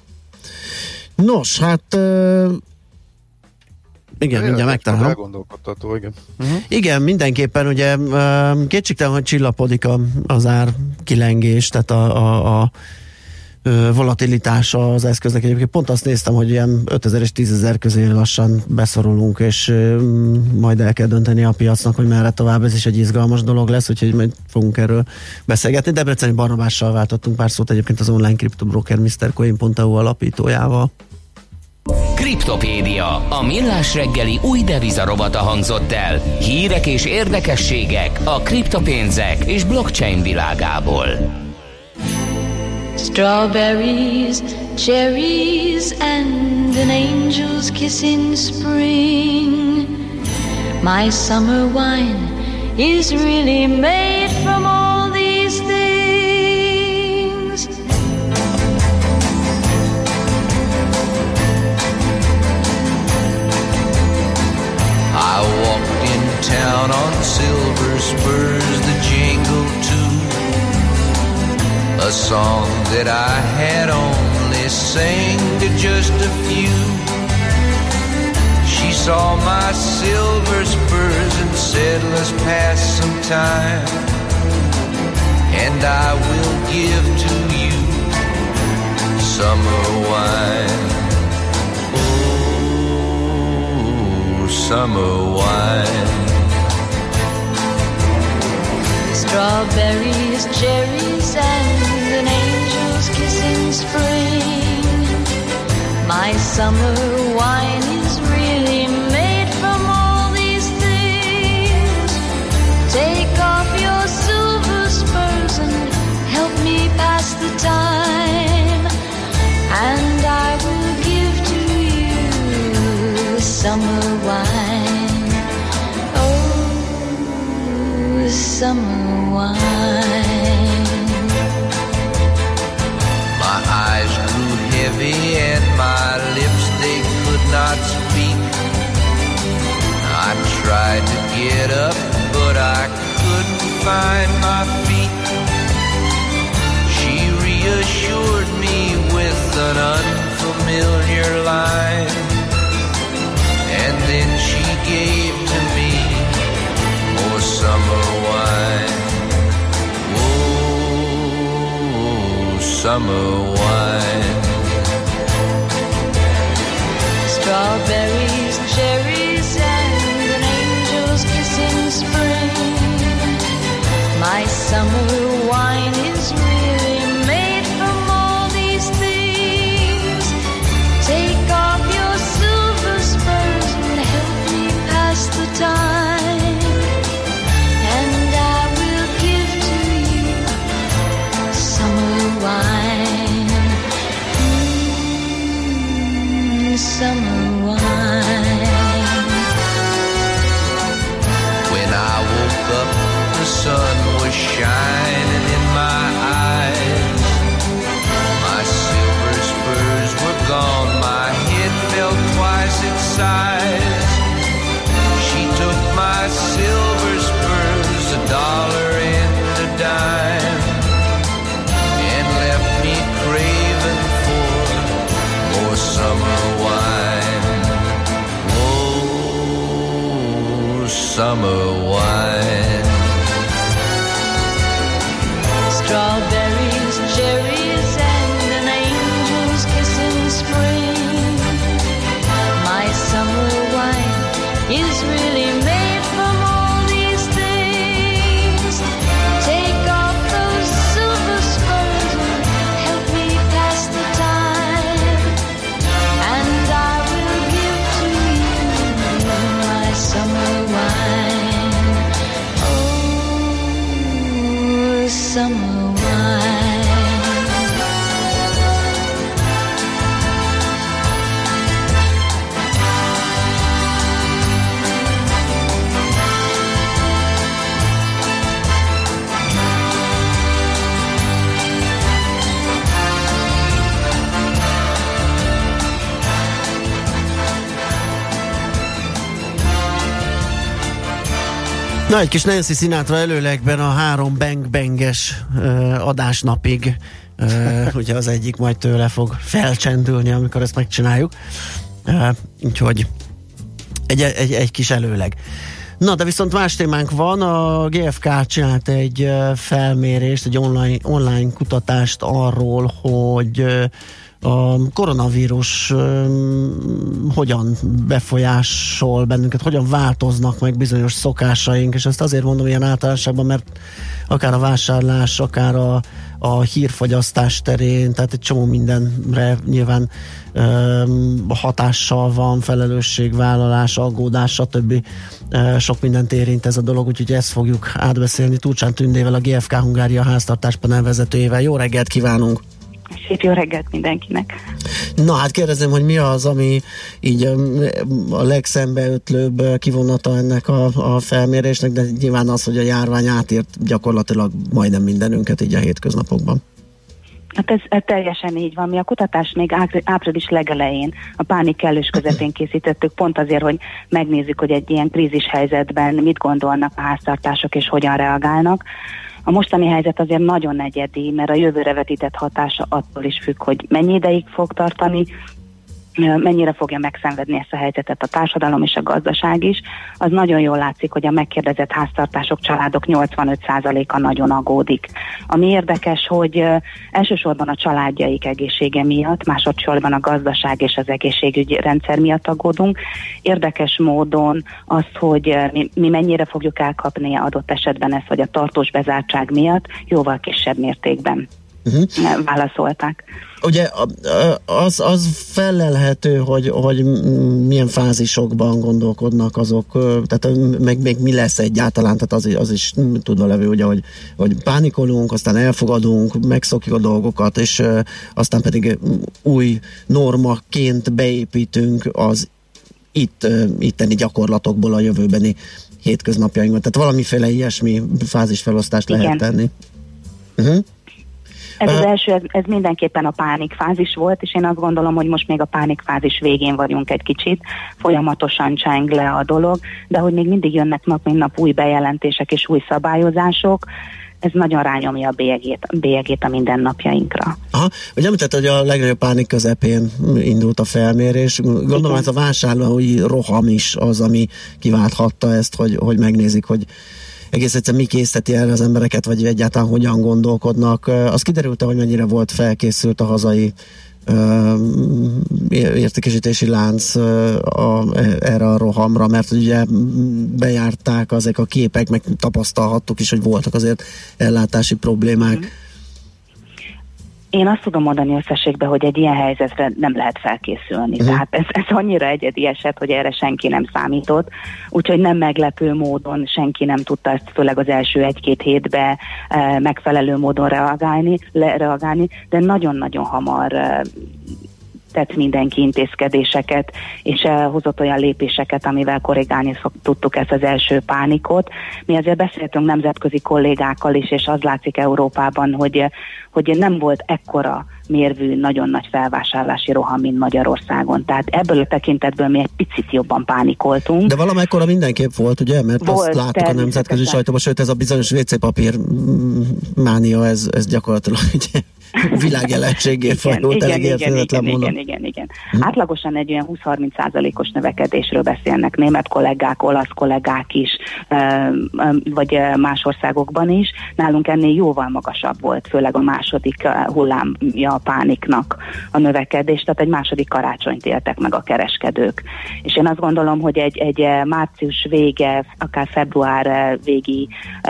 Speaker 4: Nos, hát uh, igen, mindjárt megtalálom.
Speaker 5: Elgondolkodtató, igen.
Speaker 4: Uh-huh. Igen, mindenképpen ugye uh, kétségtelen, hogy csillapodik a, az ár kilengés, tehát a, a, a volatilitása az eszköznek. Egyébként pont azt néztem, hogy ilyen ötezer és tízezer közé lassan beszorulunk, és uh, majd el kell dönteni a piacnak, hogy merre tovább. Ez is egy izgalmas dolog lesz, úgyhogy majd fogunk erről beszélgetni. Debreceni Barnabással váltottunk pár szót egyébként az online kriptobroker mister coin pont e u alapítójával.
Speaker 1: Kriptopédia, a millás reggeli új devizarobata hangzott el. Hírek és érdekességek a kriptopénzek és blockchain világából.
Speaker 9: Strawberries, cherries, and an angel's kiss in spring. My summer wine is really made from all these things.
Speaker 11: down on silver spurs that jingle too. A song that I had only sang to just a few. She saw my silver spurs and said, let's pass some time, and I will give to you summer wine. Oh, summer wine.
Speaker 9: Strawberries, cherries, and an angel's kiss in spring. My summer wine is really made from all these things. Take off your silver spurs and help me pass the time, and I will give to you summer wine. Oh, summer wine.
Speaker 11: My eyes grew heavy and my lips, they could not speak. I tried to get up, but I couldn't find my feet. She reassured me with an unfamiliar line, and then she gave to me more summer wine. Summer wine.
Speaker 9: Strawberries, cherries, and an angel's kiss in spring. My summer wine is really made from all these things. Take off your silver spurs and help me pass the time, and I will give to you summer wine. Mm, summer wine.
Speaker 11: When I woke up, the sun was shining in my eyes. My silver spurs were gone, my head felt twice its size. She took my silver spurs, a dollar and a dime, and left me craving for more summer wine. Oh, summer wine.
Speaker 9: Strawberries, cherries, and an angel's kiss in spring. My summer wine is really made from all these things. Take off those silver spurs and help me pass the time, and I will give to you my summer wine. Oh, summer wine.
Speaker 4: Na, egy kis Nancy Sinatra előlegben a három bang-banges uh, adásnapig. Uh, ugye az egyik majd tőle fog felcsendülni, amikor ezt megcsináljuk. Uh, úgyhogy egy, egy, egy kis előleg. Na, de viszont más témánk van. A gé ef ká csinált egy uh, felmérést, egy online, online kutatást arról, hogy uh, a koronavírus um, hogyan befolyásol bennünket, hogyan változnak meg bizonyos szokásaink, és ezt azért mondom ilyen általánosságban, mert akár a vásárlás, akár a, a hírfogyasztás terén, tehát egy csomó mindenre nyilván um, hatással van, felelősségvállalás, aggódás, stb. Uh, sok mindent érint ez a dolog, úgyhogy ezt fogjuk átbeszélni Turcsán Tündével, a gé ef ká Hungária háztartáspanel vezetőjével. Jó reggelt kívánunk!
Speaker 15: Szép jó reggelt mindenkinek!
Speaker 4: Na hát kérdezem, hogy mi az, ami így a legszembeötlőbb kivonata ennek a, a felmérésnek, de nyilván az, hogy a járvány átért gyakorlatilag majdnem mindenünket így a hétköznapokban.
Speaker 15: Hát ez, ez teljesen így van. Mi a kutatást még április legelején, a pánik kellős közepén készítettük, pont azért, hogy megnézzük, hogy egy ilyen krízis helyzetben mit gondolnak a háztartások és hogyan reagálnak. A mostani helyzet azért nagyon egyedi, mert a jövőre vetített hatása attól is függ, hogy mennyi ideig fog tartani, mennyire fogja megszenvedni ezt a helyzetet a társadalom és a gazdaság is. Az nagyon jól látszik, hogy a megkérdezett háztartások, családok nyolcvanöt százaléka nagyon aggódik. Ami érdekes, hogy elsősorban a családjaik egészsége miatt, másodszorban a gazdaság és az egészségügyi rendszer miatt aggódunk. Érdekes módon azt, hogy mi, mi mennyire fogjuk elkapni adott esetben ezt, vagy a tartós bezártság miatt, jóval kisebb mértékben uh-huh. válaszolták.
Speaker 4: Ugye az, az felelhető, hogy, hogy milyen fázisokban gondolkodnak azok, tehát meg, meg mi lesz egyáltalán, tehát az, az is tudva levő, ugye, hogy, hogy pánikolunk, aztán elfogadunk, megszokjuk a dolgokat, és aztán pedig új normaként beépítünk az itt, itteni gyakorlatokból a jövőbeni hétköznapjainkban. Tehát valamiféle ilyesmi fázisfelosztást lehet tenni. Uh-huh.
Speaker 15: Ez az első, ez, ez mindenképpen a pánikfázis volt, és én azt gondolom, hogy most még a pánikfázis végén vagyunk egy kicsit, folyamatosan cseng le a dolog, de hogy még mindig jönnek nap mint nap új bejelentések és új szabályozások, ez nagyon rányomja a bélyegét, bélyegét a mindennapjainkra.
Speaker 4: Aha, ugye említett, hogy a legnagyobb pánik közepén indult a felmérés. Gondolom, igen. Ez a vásárlói roham is az, ami kiválthatta ezt, hogy, hogy megnézik, hogy egész egyszerűen mi készíteti el az embereket, vagy egyáltalán hogyan gondolkodnak. Az kiderült, hogy mennyire volt felkészült a hazai uh, értékesítési lánc uh, a, erre a rohamra, mert ugye bejárták ezek a képek, meg tapasztalhattuk is, hogy voltak azért ellátási problémák. Mm.
Speaker 15: Én azt tudom mondani összességben, hogy egy ilyen helyzetre nem lehet felkészülni. Uh-huh. Tehát ez, ez annyira egyedi eset, hogy erre senki nem számított, úgyhogy nem meglepő módon senki nem tudta ezt főleg az első egy-két hétbe e, megfelelő módon reagálni, le, reagálni, de nagyon-nagyon hamar e, tett mindenki intézkedéseket, és hozott olyan lépéseket, amivel korrigálni tudtuk ezt az első pánikot. Mi azért beszéltünk nemzetközi kollégákkal is, és az látszik Európában, hogy, hogy nem volt ekkora mérvű, nagyon nagy felvásárlási roham, mint Magyarországon. Tehát ebből a tekintetből mi egy picit jobban pánikoltunk.
Speaker 4: De valamekkora mindenképp volt, ugye? Mert volt, azt láttuk a nemzetközi sajtóban, sőt ez a bizonyos vé cé papír mánia, ez, ez gyakorlatilag ugye világjelenségért fajult el,
Speaker 15: igen, igen, igen, igen, igen, igen. Hm? Átlagosan egy olyan húsz-harminc százalékos növekedésről beszélnek német kollégák, olasz kollégák is, vagy más országokban is. Nálunk ennél jóval magasabb volt, főleg a második hullámja a pániknak a növekedés, tehát egy második karácsonyt éltek meg a kereskedők. És én azt gondolom, hogy egy, egy március vége, akár február végi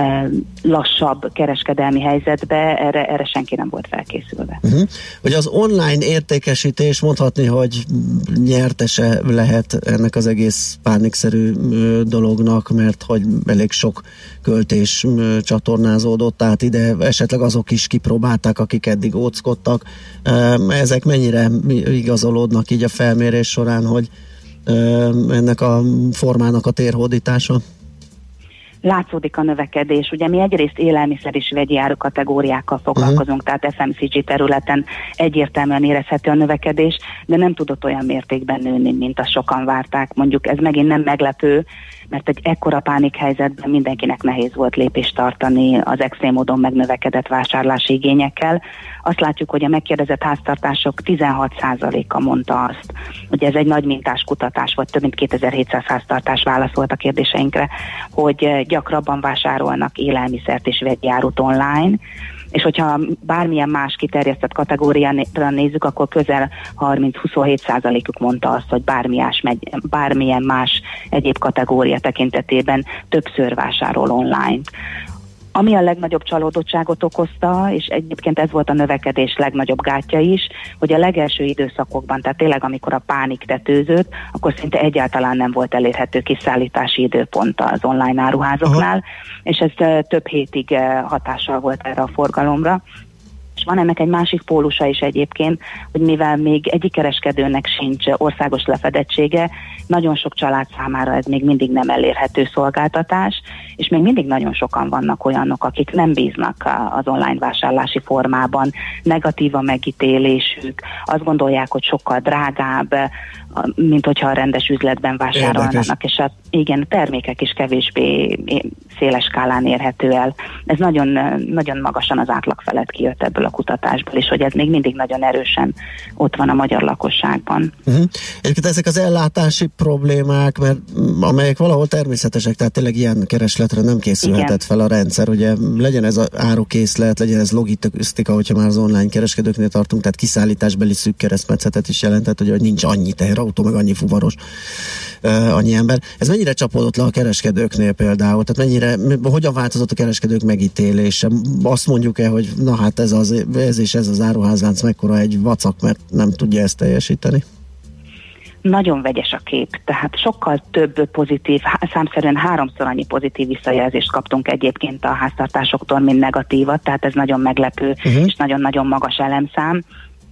Speaker 15: lassabb kereskedelmi helyzetbe erre, erre senki nem volt fel. Készülve.
Speaker 4: Uh-huh. Hogy az online értékesítés mondhatni, hogy nyertese lehet ennek az egész pánikszerű dolognak, mert hogy elég sok költés csatornázódott át ide, esetleg azok is kipróbálták, akik eddig óckodtak. Ezek mennyire igazolódnak így a felmérés során, hogy ennek a formának a térhódítása?
Speaker 15: Látszódik a növekedés. Ugye mi egyrészt élelmiszer és vegyi áru kategóriákkal foglalkozunk, uh-huh. tehát ef em cé gé területen egyértelműen érezhető a növekedés, de nem tudott olyan mértékben nőni, mint azt sokan várták. Mondjuk ez megint nem meglepő, mert egy ekkora pánikhelyzetben mindenkinek nehéz volt lépést tartani az extrém módon megnövekedett vásárlási igényekkel. Azt látjuk, hogy a megkérdezett háztartások tizenhat százaléka mondta azt, hogy ez egy nagy mintás kutatás volt, több mint kétezer-hétszáz háztartás válaszolt a kérdéseinkre, hogy gyakrabban vásárolnak élelmiszert és vegyi árut online, és hogyha bármilyen más kiterjesztett kategóriára nézzük, akkor közel harminc-huszonhét százalékuk mondta azt, hogy bármilyen, bármilyen más egyéb kategória tekintetében többször vásárol online. Ami a legnagyobb csalódottságot okozta, és egyébként ez volt a növekedés legnagyobb gátja is, hogy a legelső időszakokban, tehát tényleg amikor a pánik tetőzött, akkor szinte egyáltalán nem volt elérhető kiszállítási időpont az online áruházoknál, aha. és ez több hétig hatással volt erre a forgalomra. És van ennek egy másik pólusa is egyébként, hogy mivel még egyik kereskedőnek sincs országos lefedettsége, nagyon sok család számára ez még mindig nem elérhető szolgáltatás, és még mindig nagyon sokan vannak olyanok, akik nem bíznak az online vásárlási formában, negatív a megítélésük, azt gondolják, hogy sokkal drágább, mint hogyha a rendes üzletben vásárolnának, és a, igen, a termékek is kevésbé széles skálán érhető el. Ez nagyon, nagyon magasan az átlag felett kijött ebből a kutatásból, és hogy ez még mindig nagyon erősen ott van a magyar lakosságban.
Speaker 4: Uh-huh. Egyébként ezek az ellátási problémák, mert amelyek valahol természetesek, tehát tényleg ilyen keresletre nem készülhetett fel a rendszer, ugye legyen ez az árukészlet, legyen ez logisztika, hogyha már az online kereskedőknél tartunk, tehát kiszállításbeli szűk keresztmetszetet is jelentett, hogy nincs annyi teherautó, meg annyi fuvaros, uh, annyi ember. Ez mennyire csapódott le a kereskedőknél például? Tehát mennyire, hogyan változott a kereskedők megítélése? Azt mondjuk-e, hogy na hát ez, az, ez és ez az áruházlánc mekkora egy vacak, mert nem tudja ezt teljesíteni?
Speaker 15: Nagyon vegyes a kép, tehát sokkal több pozitív, számszerűen háromszor annyi pozitív visszajelzést kaptunk egyébként a háztartásoktól, mint negatívat, tehát ez nagyon meglepő, uh-huh. és nagyon-nagyon magas elemszám.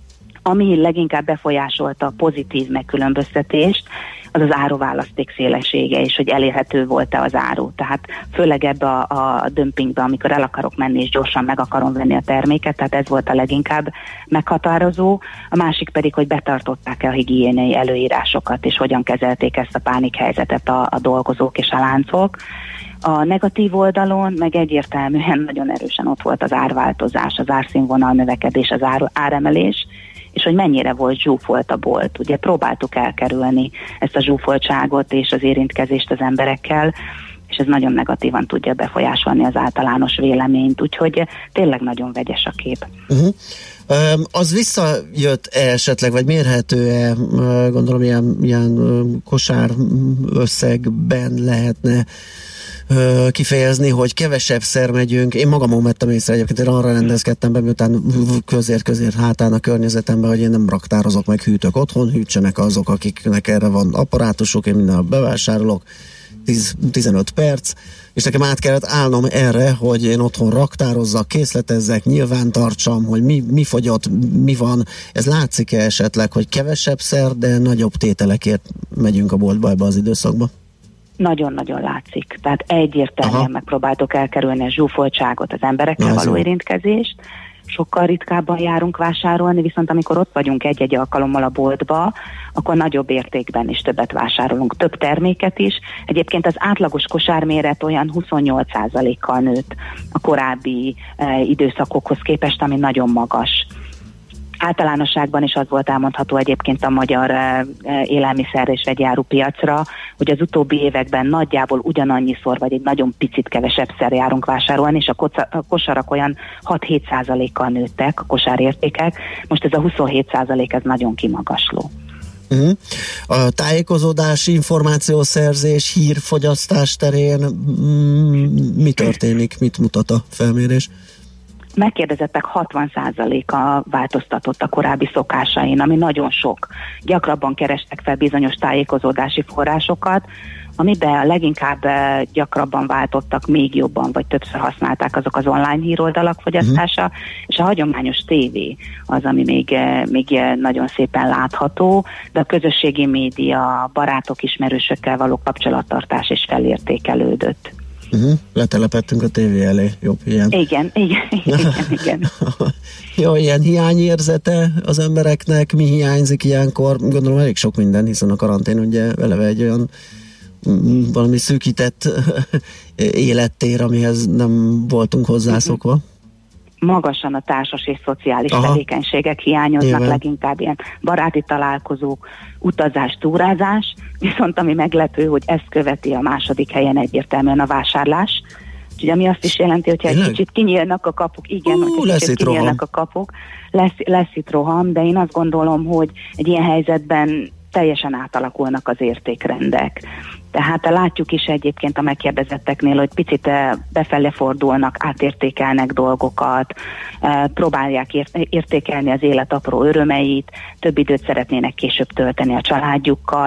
Speaker 15: Ami leginkább befolyásolta a pozitív megkülönböztetést, az az áruválaszték szélessége, és hogy elérhető volt-e az áru. Tehát főleg ebbe a, a dömpingbe, amikor el akarok menni, és gyorsan meg akarom venni a terméket, tehát ez volt a leginkább meghatározó. A másik pedig, hogy betartották-e a higiéniai előírásokat, és hogyan kezelték ezt a pánikhelyzetet a, a dolgozók és a láncok. A negatív oldalon meg egyértelműen nagyon erősen ott volt az árváltozás, az árszínvonal növekedés, az ár, áremelés, és hogy mennyire volt zsúfolt a bolt. Ugye próbáltuk elkerülni ezt a zsúfoltságot és az érintkezést az emberekkel, és ez nagyon negatívan tudja befolyásolni az általános véleményt, úgyhogy tényleg nagyon vegyes a kép.
Speaker 4: Uh-huh. Um, az visszajött esetleg, vagy mérhető-e, gondolom ilyen, ilyen kosár összegben lehetne kifejezni, hogy kevesebb szer megyünk. Én magamon vettem észre egyébként, én arra rendezkedtem be, miután közért-közért hátán a környezetemben, hogy én nem raktározok meg, hűtök otthon, hűtsenek azok, akiknek erre van apparátusok, én minden bevásárolok, tíz, tizenöt perc, és nekem át kellett állnom erre, hogy én otthon raktározzak, készletezzek, nyilván tartsam, hogy mi, mi fogyott, mi van. Ez látszik-e esetleg, hogy kevesebb szer, de nagyobb tételekért megyünk a boltba ebbe az időszakba?
Speaker 15: Nagyon-nagyon látszik. Tehát egyértelműen Aha. megpróbáltuk elkerülni a zsúfoltságot, az emberekkel való érintkezést. Sokkal ritkábban járunk vásárolni, viszont amikor ott vagyunk egy-egy alkalommal a boltba, akkor nagyobb értékben is többet vásárolunk, több terméket is. Egyébként az átlagos kosárméret olyan huszonnyolc százalékkal nőtt a korábbi e, időszakokhoz képest, ami nagyon magas. Általánosságban is az volt elmondható egyébként a magyar élelmiszer és vegyárupiacra, hogy az utóbbi években nagyjából ugyanannyiszor, vagy egy nagyon picit kevesebb szer járunk vásárolni, és a, koca, a kosarak olyan hat-hét százalékkal nőttek, a kosárértékek. Most ez a huszonhét százalék, ez nagyon kimagasló.
Speaker 4: Uh-huh. A tájékozódás, információszerzés, hírfogyasztás terén mi történik, mit mutat a felmérés?
Speaker 15: Megkérdezettek hatvan százaléka változtatott a korábbi szokásain, ami nagyon sok. Gyakrabban kerestek fel bizonyos tájékozódási forrásokat, amiben a leginkább gyakrabban váltottak, még jobban, vagy többször használták azok az online híroldalak fogyasztása, uh-huh. és a hagyományos tévé az, ami még, még nagyon szépen látható, de a közösségi média, barátok, ismerősökkel való kapcsolattartás is felértékelődött.
Speaker 4: Uh-huh. Letelepettünk a tévé elé, jobb ilyen.
Speaker 15: Igen, igen, igen, igen.
Speaker 4: Jó, ilyen hiányérzete az embereknek, mi hiányzik ilyenkor? Gondolom elég sok minden, hiszen a karantén ugye eleve egy olyan valami szűkített élettér, amihez nem voltunk hozzászokva. Uh-huh.
Speaker 15: Magasan a társas és szociális Aha. tevékenységek hiányoznak, Éven. leginkább ilyen baráti találkozók, utazás, túrázás, viszont ami meglepő, hogy ezt követi a második helyen egyértelműen a vásárlás. Úgyhogy ami azt is jelenti, hogyha egy kicsit kinyílnak a kapuk, igen, uh, hogy kicsit kinyílnak a kapuk, lesz, lesz itt roham, de én azt gondolom, hogy egy ilyen helyzetben teljesen átalakulnak az értékrendek. Tehát látjuk is egyébként a megkérdezetteknél, hogy picit befele fordulnak, átértékelnek dolgokat, próbálják értékelni az élet apró örömeit, több időt szeretnének később tölteni a családjukkal,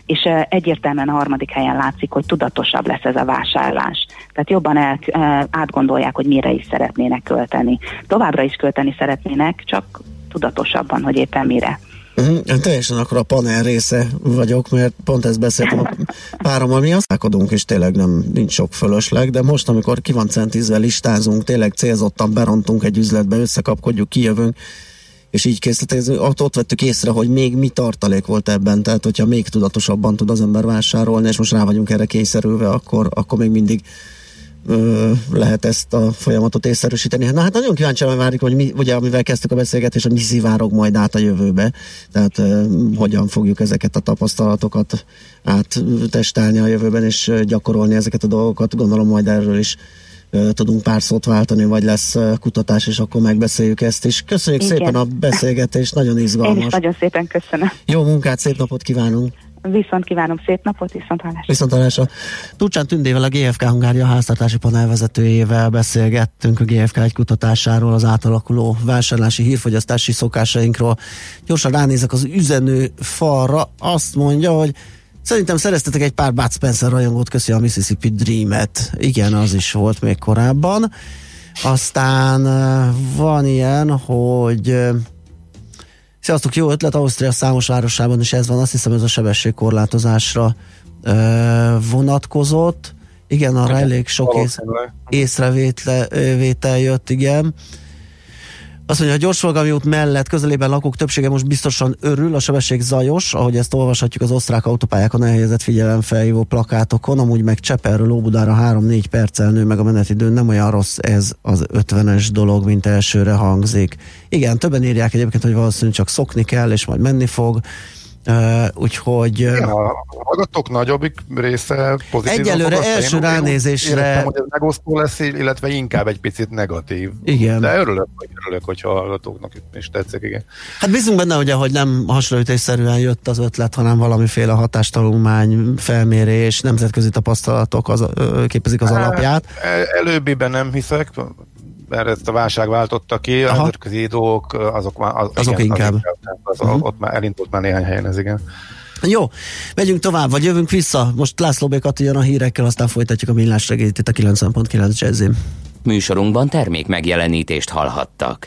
Speaker 15: és uh, egyértelműen a harmadik helyen látszik, hogy tudatosabb lesz ez a vásárlás. Tehát jobban el, uh, átgondolják, hogy mire is szeretnének költeni. Továbbra is költeni szeretnének, csak tudatosabban, hogy éppen mire.
Speaker 4: Uh-huh. Én teljesen akkor a panel része vagyok, mert pont ezt beszéltem a párommal, mi azt állkodunk, és tényleg nem nincs sok fölösleg, de most, amikor ki van centízve, listázunk, tényleg célzottan berontunk egy üzletbe, összekapkodjuk, kijövünk, és így készítettünk, ott, ott vettük észre, hogy még mi tartalék volt ebben, tehát hogyha még tudatosabban tud az ember vásárolni, és most rá vagyunk erre kényszerülve, akkor, akkor még mindig ö, lehet ezt a folyamatot észszerűsíteni. Na hát nagyon kíváncsian várjuk, hogy mi, ugye amivel kezdtük a beszélgetést, hogy mi szivárog majd át a jövőbe, tehát ö, hogyan fogjuk ezeket a tapasztalatokat áttestálni a jövőben, és gyakorolni ezeket a dolgokat. Gondolom majd erről is tudunk pár szót váltani, vagy lesz kutatás, és akkor megbeszéljük ezt is. Köszönjük Igen. szépen a beszélgetést, nagyon izgalmas.
Speaker 15: Én is nagyon szépen köszönöm.
Speaker 4: Jó munkát, szép napot kívánunk!
Speaker 15: Viszont kívánom szép napot, viszont hallásra.
Speaker 4: Viszont hallásra. Turcsán Tündével, a gé ef ká Hungária háztartási panel vezetőjével beszélgettünk a gé ef ká egy kutatásáról, az átalakuló vásárlási, hírfogyasztási szokásainkról. Gyorsan ránézek az üzenő falra, azt mondja, hogy szerintem szereztetek egy pár Bud Spencer rajongót, köszi a Mississippi Dream-et. Igen, az is volt még korábban. Aztán van ilyen, hogy sziasztok, jó ötlet, Ausztria számos városában is ez van, azt hiszem ez a sebességkorlátozásra vonatkozott. Igen, arra elég sok ész, észrevétel jött, igen. Azt mondja, a gyorsforgalmi út mellett közelében lakók többsége most biztosan örül, a sebesség zajos, ahogy ezt olvashatjuk az osztrák autópályákon elhelyezett figyelemfelhívó plakátokon, amúgy meg Csepelről Óbudára három-négy perccel nő meg a menetidő, nem olyan rossz ez az ötvenes dolog, mint elsőre hangzik. Igen, többen írják egyébként, hogy valószínűleg csak szokni kell, és majd menni fog. Uh, úgyhogy...
Speaker 5: Igen, a hallgatók nagyobbik része pozitív.
Speaker 4: Egyelőre első ránézésre...
Speaker 5: Értem, hogy ez megosztó lesz, illetve inkább egy picit negatív.
Speaker 4: Igen.
Speaker 5: De örülök, hogy örülök, hogyha a hallgatóknak is tetszik, igen.
Speaker 4: Hát bízunk benne, ugye, hogy nem hasonlítésszerűen jött az ötlet, hanem valamiféle hatástanulmány, felmérés, nemzetközi tapasztalatok az, ö, képezik az alapját.
Speaker 5: Előbbiben nem hiszek, mert ezt a válság váltotta ki, a nemzetközi dolgok, azok már... Az,
Speaker 4: azok
Speaker 5: igen,
Speaker 4: inkább.
Speaker 5: Az inkább az, uh-huh. Ott már elindult már néhány helyen ez, igen.
Speaker 4: Jó, megyünk tovább, vagy jövünk vissza. Most László B. Kati jön a hírekkel, aztán folytatjuk a millás reggelit itt a kilencven pont kilenc Jazzin.
Speaker 1: Műsorunkban termék megjelenítést hallhattak.